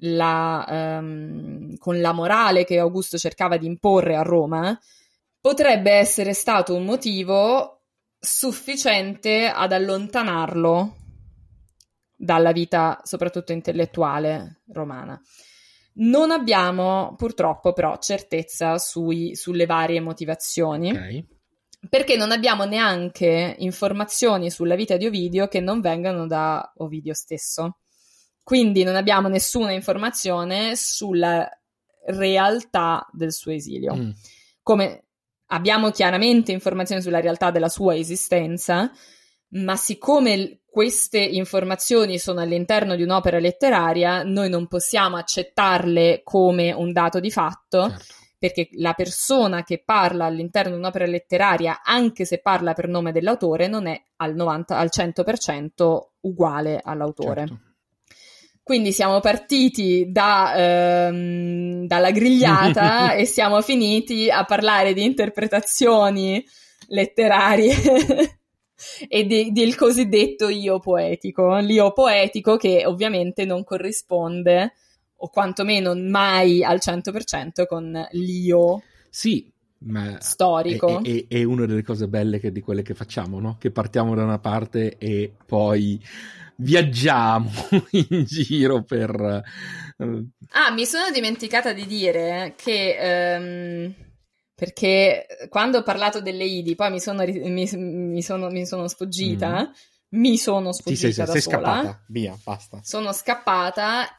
la morale che Augusto cercava di imporre a Roma, potrebbe essere stato un motivo sufficiente ad allontanarlo dalla vita soprattutto intellettuale romana. Non abbiamo purtroppo però certezza sulle varie motivazioni, perché non abbiamo neanche informazioni sulla vita di Ovidio che non vengano da Ovidio stesso. Quindi non abbiamo nessuna informazione sulla realtà del suo esilio. Come abbiamo chiaramente informazioni sulla realtà della sua esistenza, ma siccome queste informazioni sono all'interno di un'opera letteraria, noi non possiamo accettarle come un dato di fatto, perché la persona che parla all'interno di un'opera letteraria, anche se parla per nome dell'autore, non è al 100% uguale all'autore. Certo. Quindi siamo partiti dalla grigliata e siamo finiti a parlare di interpretazioni letterarie e del cosiddetto io poetico. L'io poetico che ovviamente non corrisponde, o quantomeno mai al 100% con l'io storico. È una delle cose belle di quelle che facciamo, no? Che partiamo da una parte e poi viaggiamo in giro per... mi sono dimenticata di dire che... perché quando ho parlato delle Idi poi mi sono sfuggita, mi sono sfuggita da sei sola. Scappata, via, basta. Sono scappata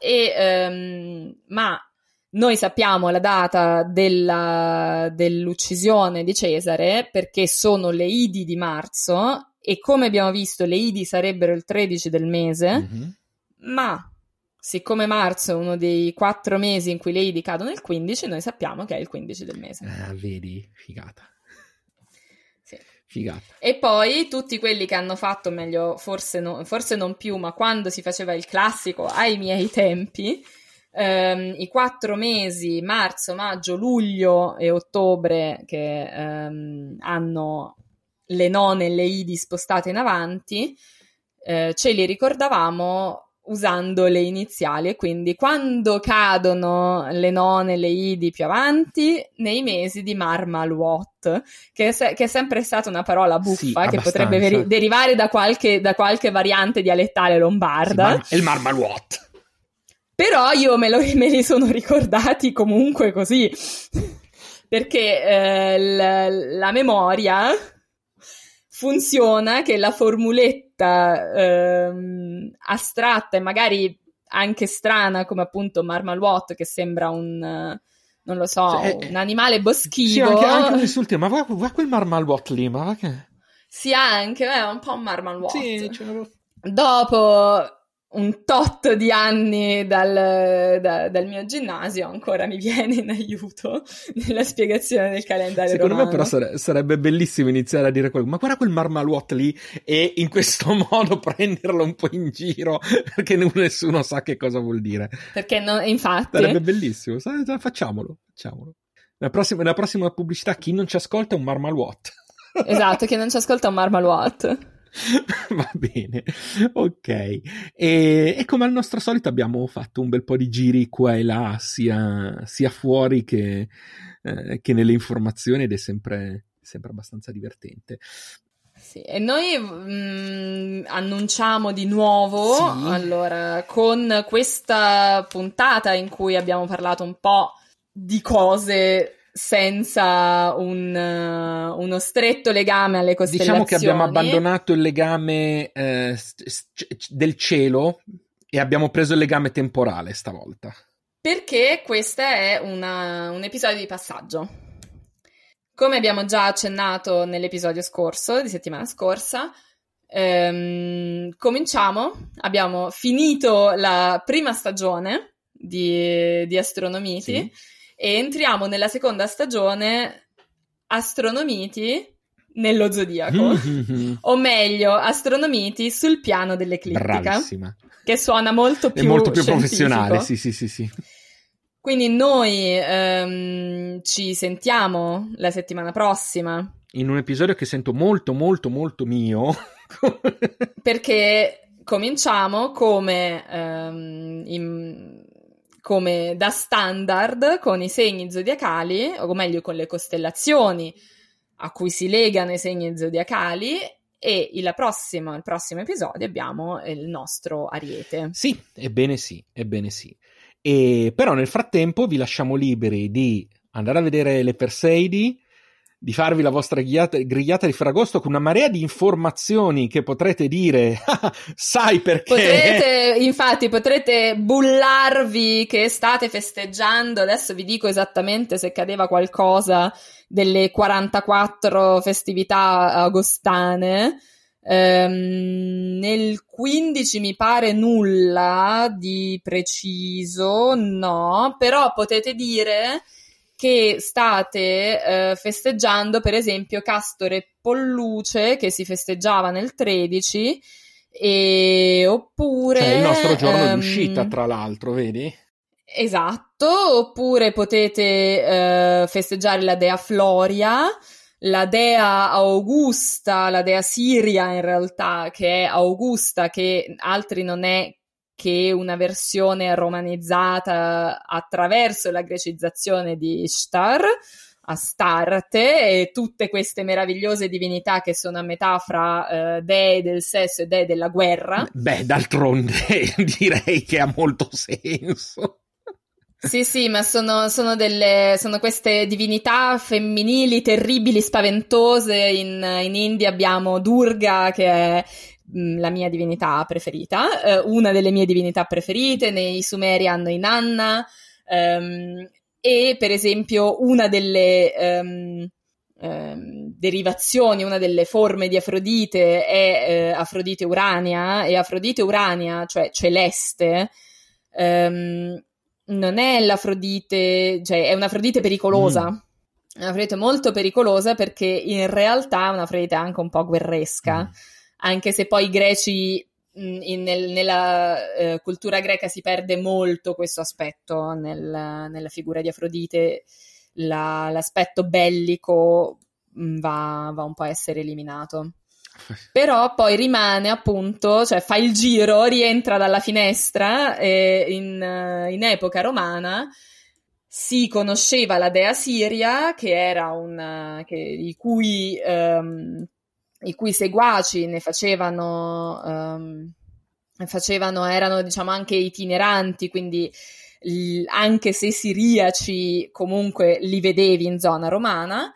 ma noi sappiamo la data dell'uccisione di Cesare perché sono le Idi di marzo e come abbiamo visto le Idi sarebbero il 13 del mese, ma siccome marzo è uno dei 4 mesi in cui le Idi cadono il 15, noi sappiamo che è il 15 del mese. Vedi? Figata. Sì. Figata. E poi tutti quelli che hanno fatto, meglio, forse non più, ma quando si faceva il classico ai miei tempi, i 4 mesi, marzo, maggio, luglio e ottobre, che hanno le none e le Idi spostate in avanti, ce li ricordavamo usando le iniziali, e quindi quando cadono le none e le Idi più avanti, nei mesi di Marmaluot, che è sempre stata una parola buffa, che potrebbe derivare da qualche variante dialettale lombarda. Sì, il Marmaluot. Però io me li sono ricordati comunque così, perché la memoria funziona che la formuletta astratta e magari anche strana, come appunto Marmaluot, che sembra un animale boschivo. Sì, anche quest'ultimo, ma va quel Marmaluot lì, ma va che... Sì, anche, è un po' un Marmaluot. Sì, Dopo un tot di anni dal mio ginnasio, ancora mi viene in aiuto nella spiegazione del calendario Secondo romano. me però sarebbe bellissimo iniziare a dire ma guarda quel Marmaluot lì, e in questo modo prenderlo un po' in giro, perché nessuno sa che cosa vuol dire. Perché no, infatti sarebbe bellissimo, facciamolo. Nella prossima pubblicità, chi non ci ascolta è un Marmaluot. Esatto, chi non ci ascolta è un Marmaluot. Va bene, ok. E come al nostro solito abbiamo fatto un bel po' di giri qua e là, sia fuori che nelle informazioni, ed è sempre abbastanza divertente. Sì, e noi annunciamo di nuovo, sì. Allora, con questa puntata in cui abbiamo parlato un po' di cose senza uno stretto legame alle costellazioni. Diciamo che abbiamo abbandonato il legame del cielo e abbiamo preso il legame temporale stavolta. Perché questo è un episodio di passaggio. Come abbiamo già accennato nell'episodio scorso, di settimana scorsa, cominciamo. Abbiamo finito la prima stagione di Astronomiti. Sì. E entriamo nella seconda stagione Astronomiti nello zodiaco, o meglio, Astronomiti sul piano dell'eclittica. Bravissima. Che suona molto più professionale, sì. Quindi noi ci sentiamo la settimana prossima. In un episodio che sento molto, molto, molto mio. Perché cominciamo come da standard con i segni zodiacali, o meglio con le costellazioni a cui si legano i segni zodiacali, e il prossimo episodio abbiamo il nostro Ariete. Sì, ebbene sì. E però nel frattempo vi lasciamo liberi di andare a vedere le Perseidi, di farvi la vostra grigliata di Ferragosto con una marea di informazioni che potrete dire sai perché potrete bullarvi che state festeggiando. Adesso vi dico esattamente se cadeva qualcosa delle 44 festività agostane. Nel 15 mi pare nulla di preciso, no, però potete dire che state festeggiando per esempio Castore e Polluce, che si festeggiava nel 13, oppure... Cioè il nostro giorno di uscita, tra l'altro, vedi? Esatto, oppure potete festeggiare la dea Floria, la dea Augusta, la dea Siria in realtà, che è Augusta, che altri non è che una versione romanizzata attraverso la grecizzazione di Ishtar, Astarte, e tutte queste meravigliose divinità che sono a metà fra dei del sesso e dei della guerra. Beh, d'altronde direi che ha molto senso. Sì, ma sono queste divinità femminili terribili, spaventose. In India abbiamo Durga, che è la mia divinità preferita, una delle mie divinità preferite. Nei Sumeri hanno Inanna, e per esempio una delle derivazioni, una delle forme di Afrodite è Afrodite Urania, e Afrodite Urania, cioè celeste, non è l'Afrodite, cioè è un'Afrodite pericolosa. È un'Afrodite molto pericolosa, perché in realtà è un'Afrodite anche un po' guerresca, anche se poi i greci, nella cultura greca si perde molto questo aspetto nella figura di Afrodite. L'aspetto bellico va un po' a essere eliminato. Però poi rimane, appunto, cioè fa il giro, rientra dalla finestra, e in epoca romana si conosceva la dea Siria, che era i cui seguaci ne facevano, erano diciamo anche itineranti, quindi anche se siriaci comunque li vedevi in zona romana,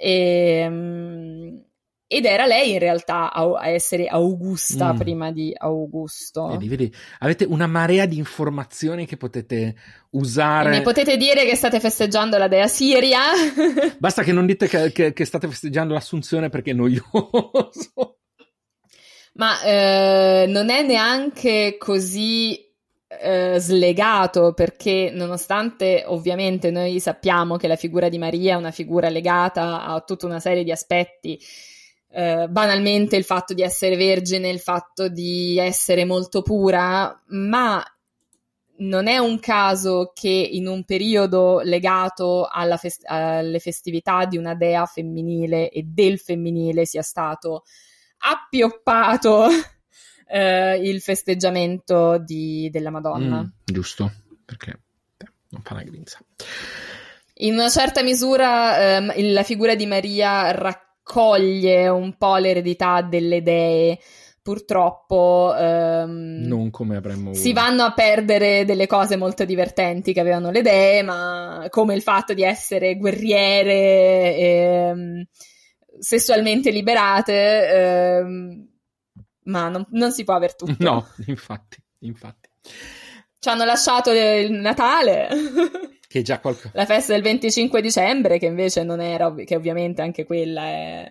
ed era lei in realtà a essere Augusta prima di Augusto. Vedi, avete una marea di informazioni che potete usare. E mi potete dire che state festeggiando la dea Siria? Basta che non dite che state festeggiando l'Assunzione, perché è noioso. Ma non è neanche così slegato, perché nonostante ovviamente noi sappiamo che la figura di Maria è una figura legata a tutta una serie di aspetti, banalmente il fatto di essere vergine, il fatto di essere molto pura, ma non è un caso che in un periodo legato alle festività di una dea femminile e del femminile sia stato appioppato il festeggiamento della Madonna. Giusto, perché non fa una grinza. In una certa misura la figura di Maria raccoglie un po' l'eredità delle dee. Purtroppo non come avremmo si vanno a perdere delle cose molto divertenti che avevano le dee, ma come il fatto di essere guerriere sessualmente liberate, ma non si può aver tutto. No, infatti. Ci hanno lasciato il Natale, che è già la festa del 25 dicembre, che invece non era, che ovviamente anche quella è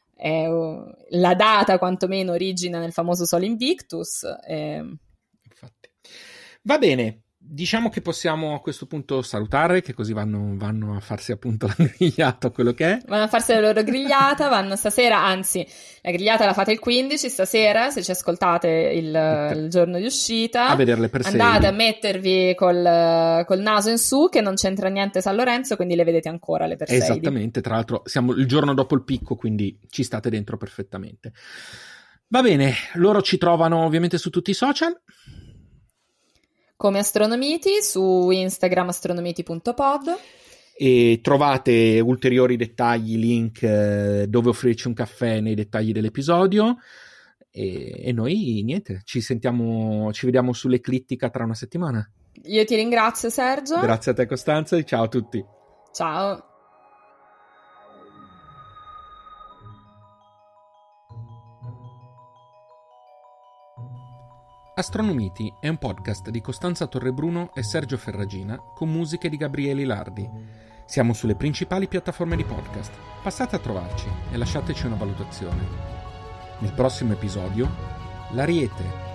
la data quantomeno origina nel famoso Sol Invictus. Infatti. Va bene, diciamo che possiamo a questo punto salutare, che così vanno a farsi appunto la grigliata, quello che è. Vanno a farsi la loro grigliata, vanno stasera, anzi la grigliata la fate il 15, stasera se ci ascoltate il giorno di uscita, a vederle per andate a mettervi col naso in su, che non c'entra niente San Lorenzo, quindi le vedete ancora le Perseidi. Esattamente, tra l'altro siamo il giorno dopo il picco, quindi ci state dentro perfettamente. Va bene, loro ci trovano ovviamente su tutti i social come Astronomiti, su Instagram astronomiti.pod. E trovate ulteriori dettagli, link dove offrirci un caffè nei dettagli dell'episodio. E noi niente, ci vediamo sull'Eclittica tra una settimana. Io ti ringrazio, Sergio. Grazie a te, Costanza, e ciao a tutti. Ciao. Astronomiti è un podcast di Costanza Torrebruno e Sergio Ferragina con musiche di Gabriele Lardi. Siamo sulle principali piattaforme di podcast. Passate a trovarci e lasciateci una valutazione. Nel prossimo episodio, l'Ariete.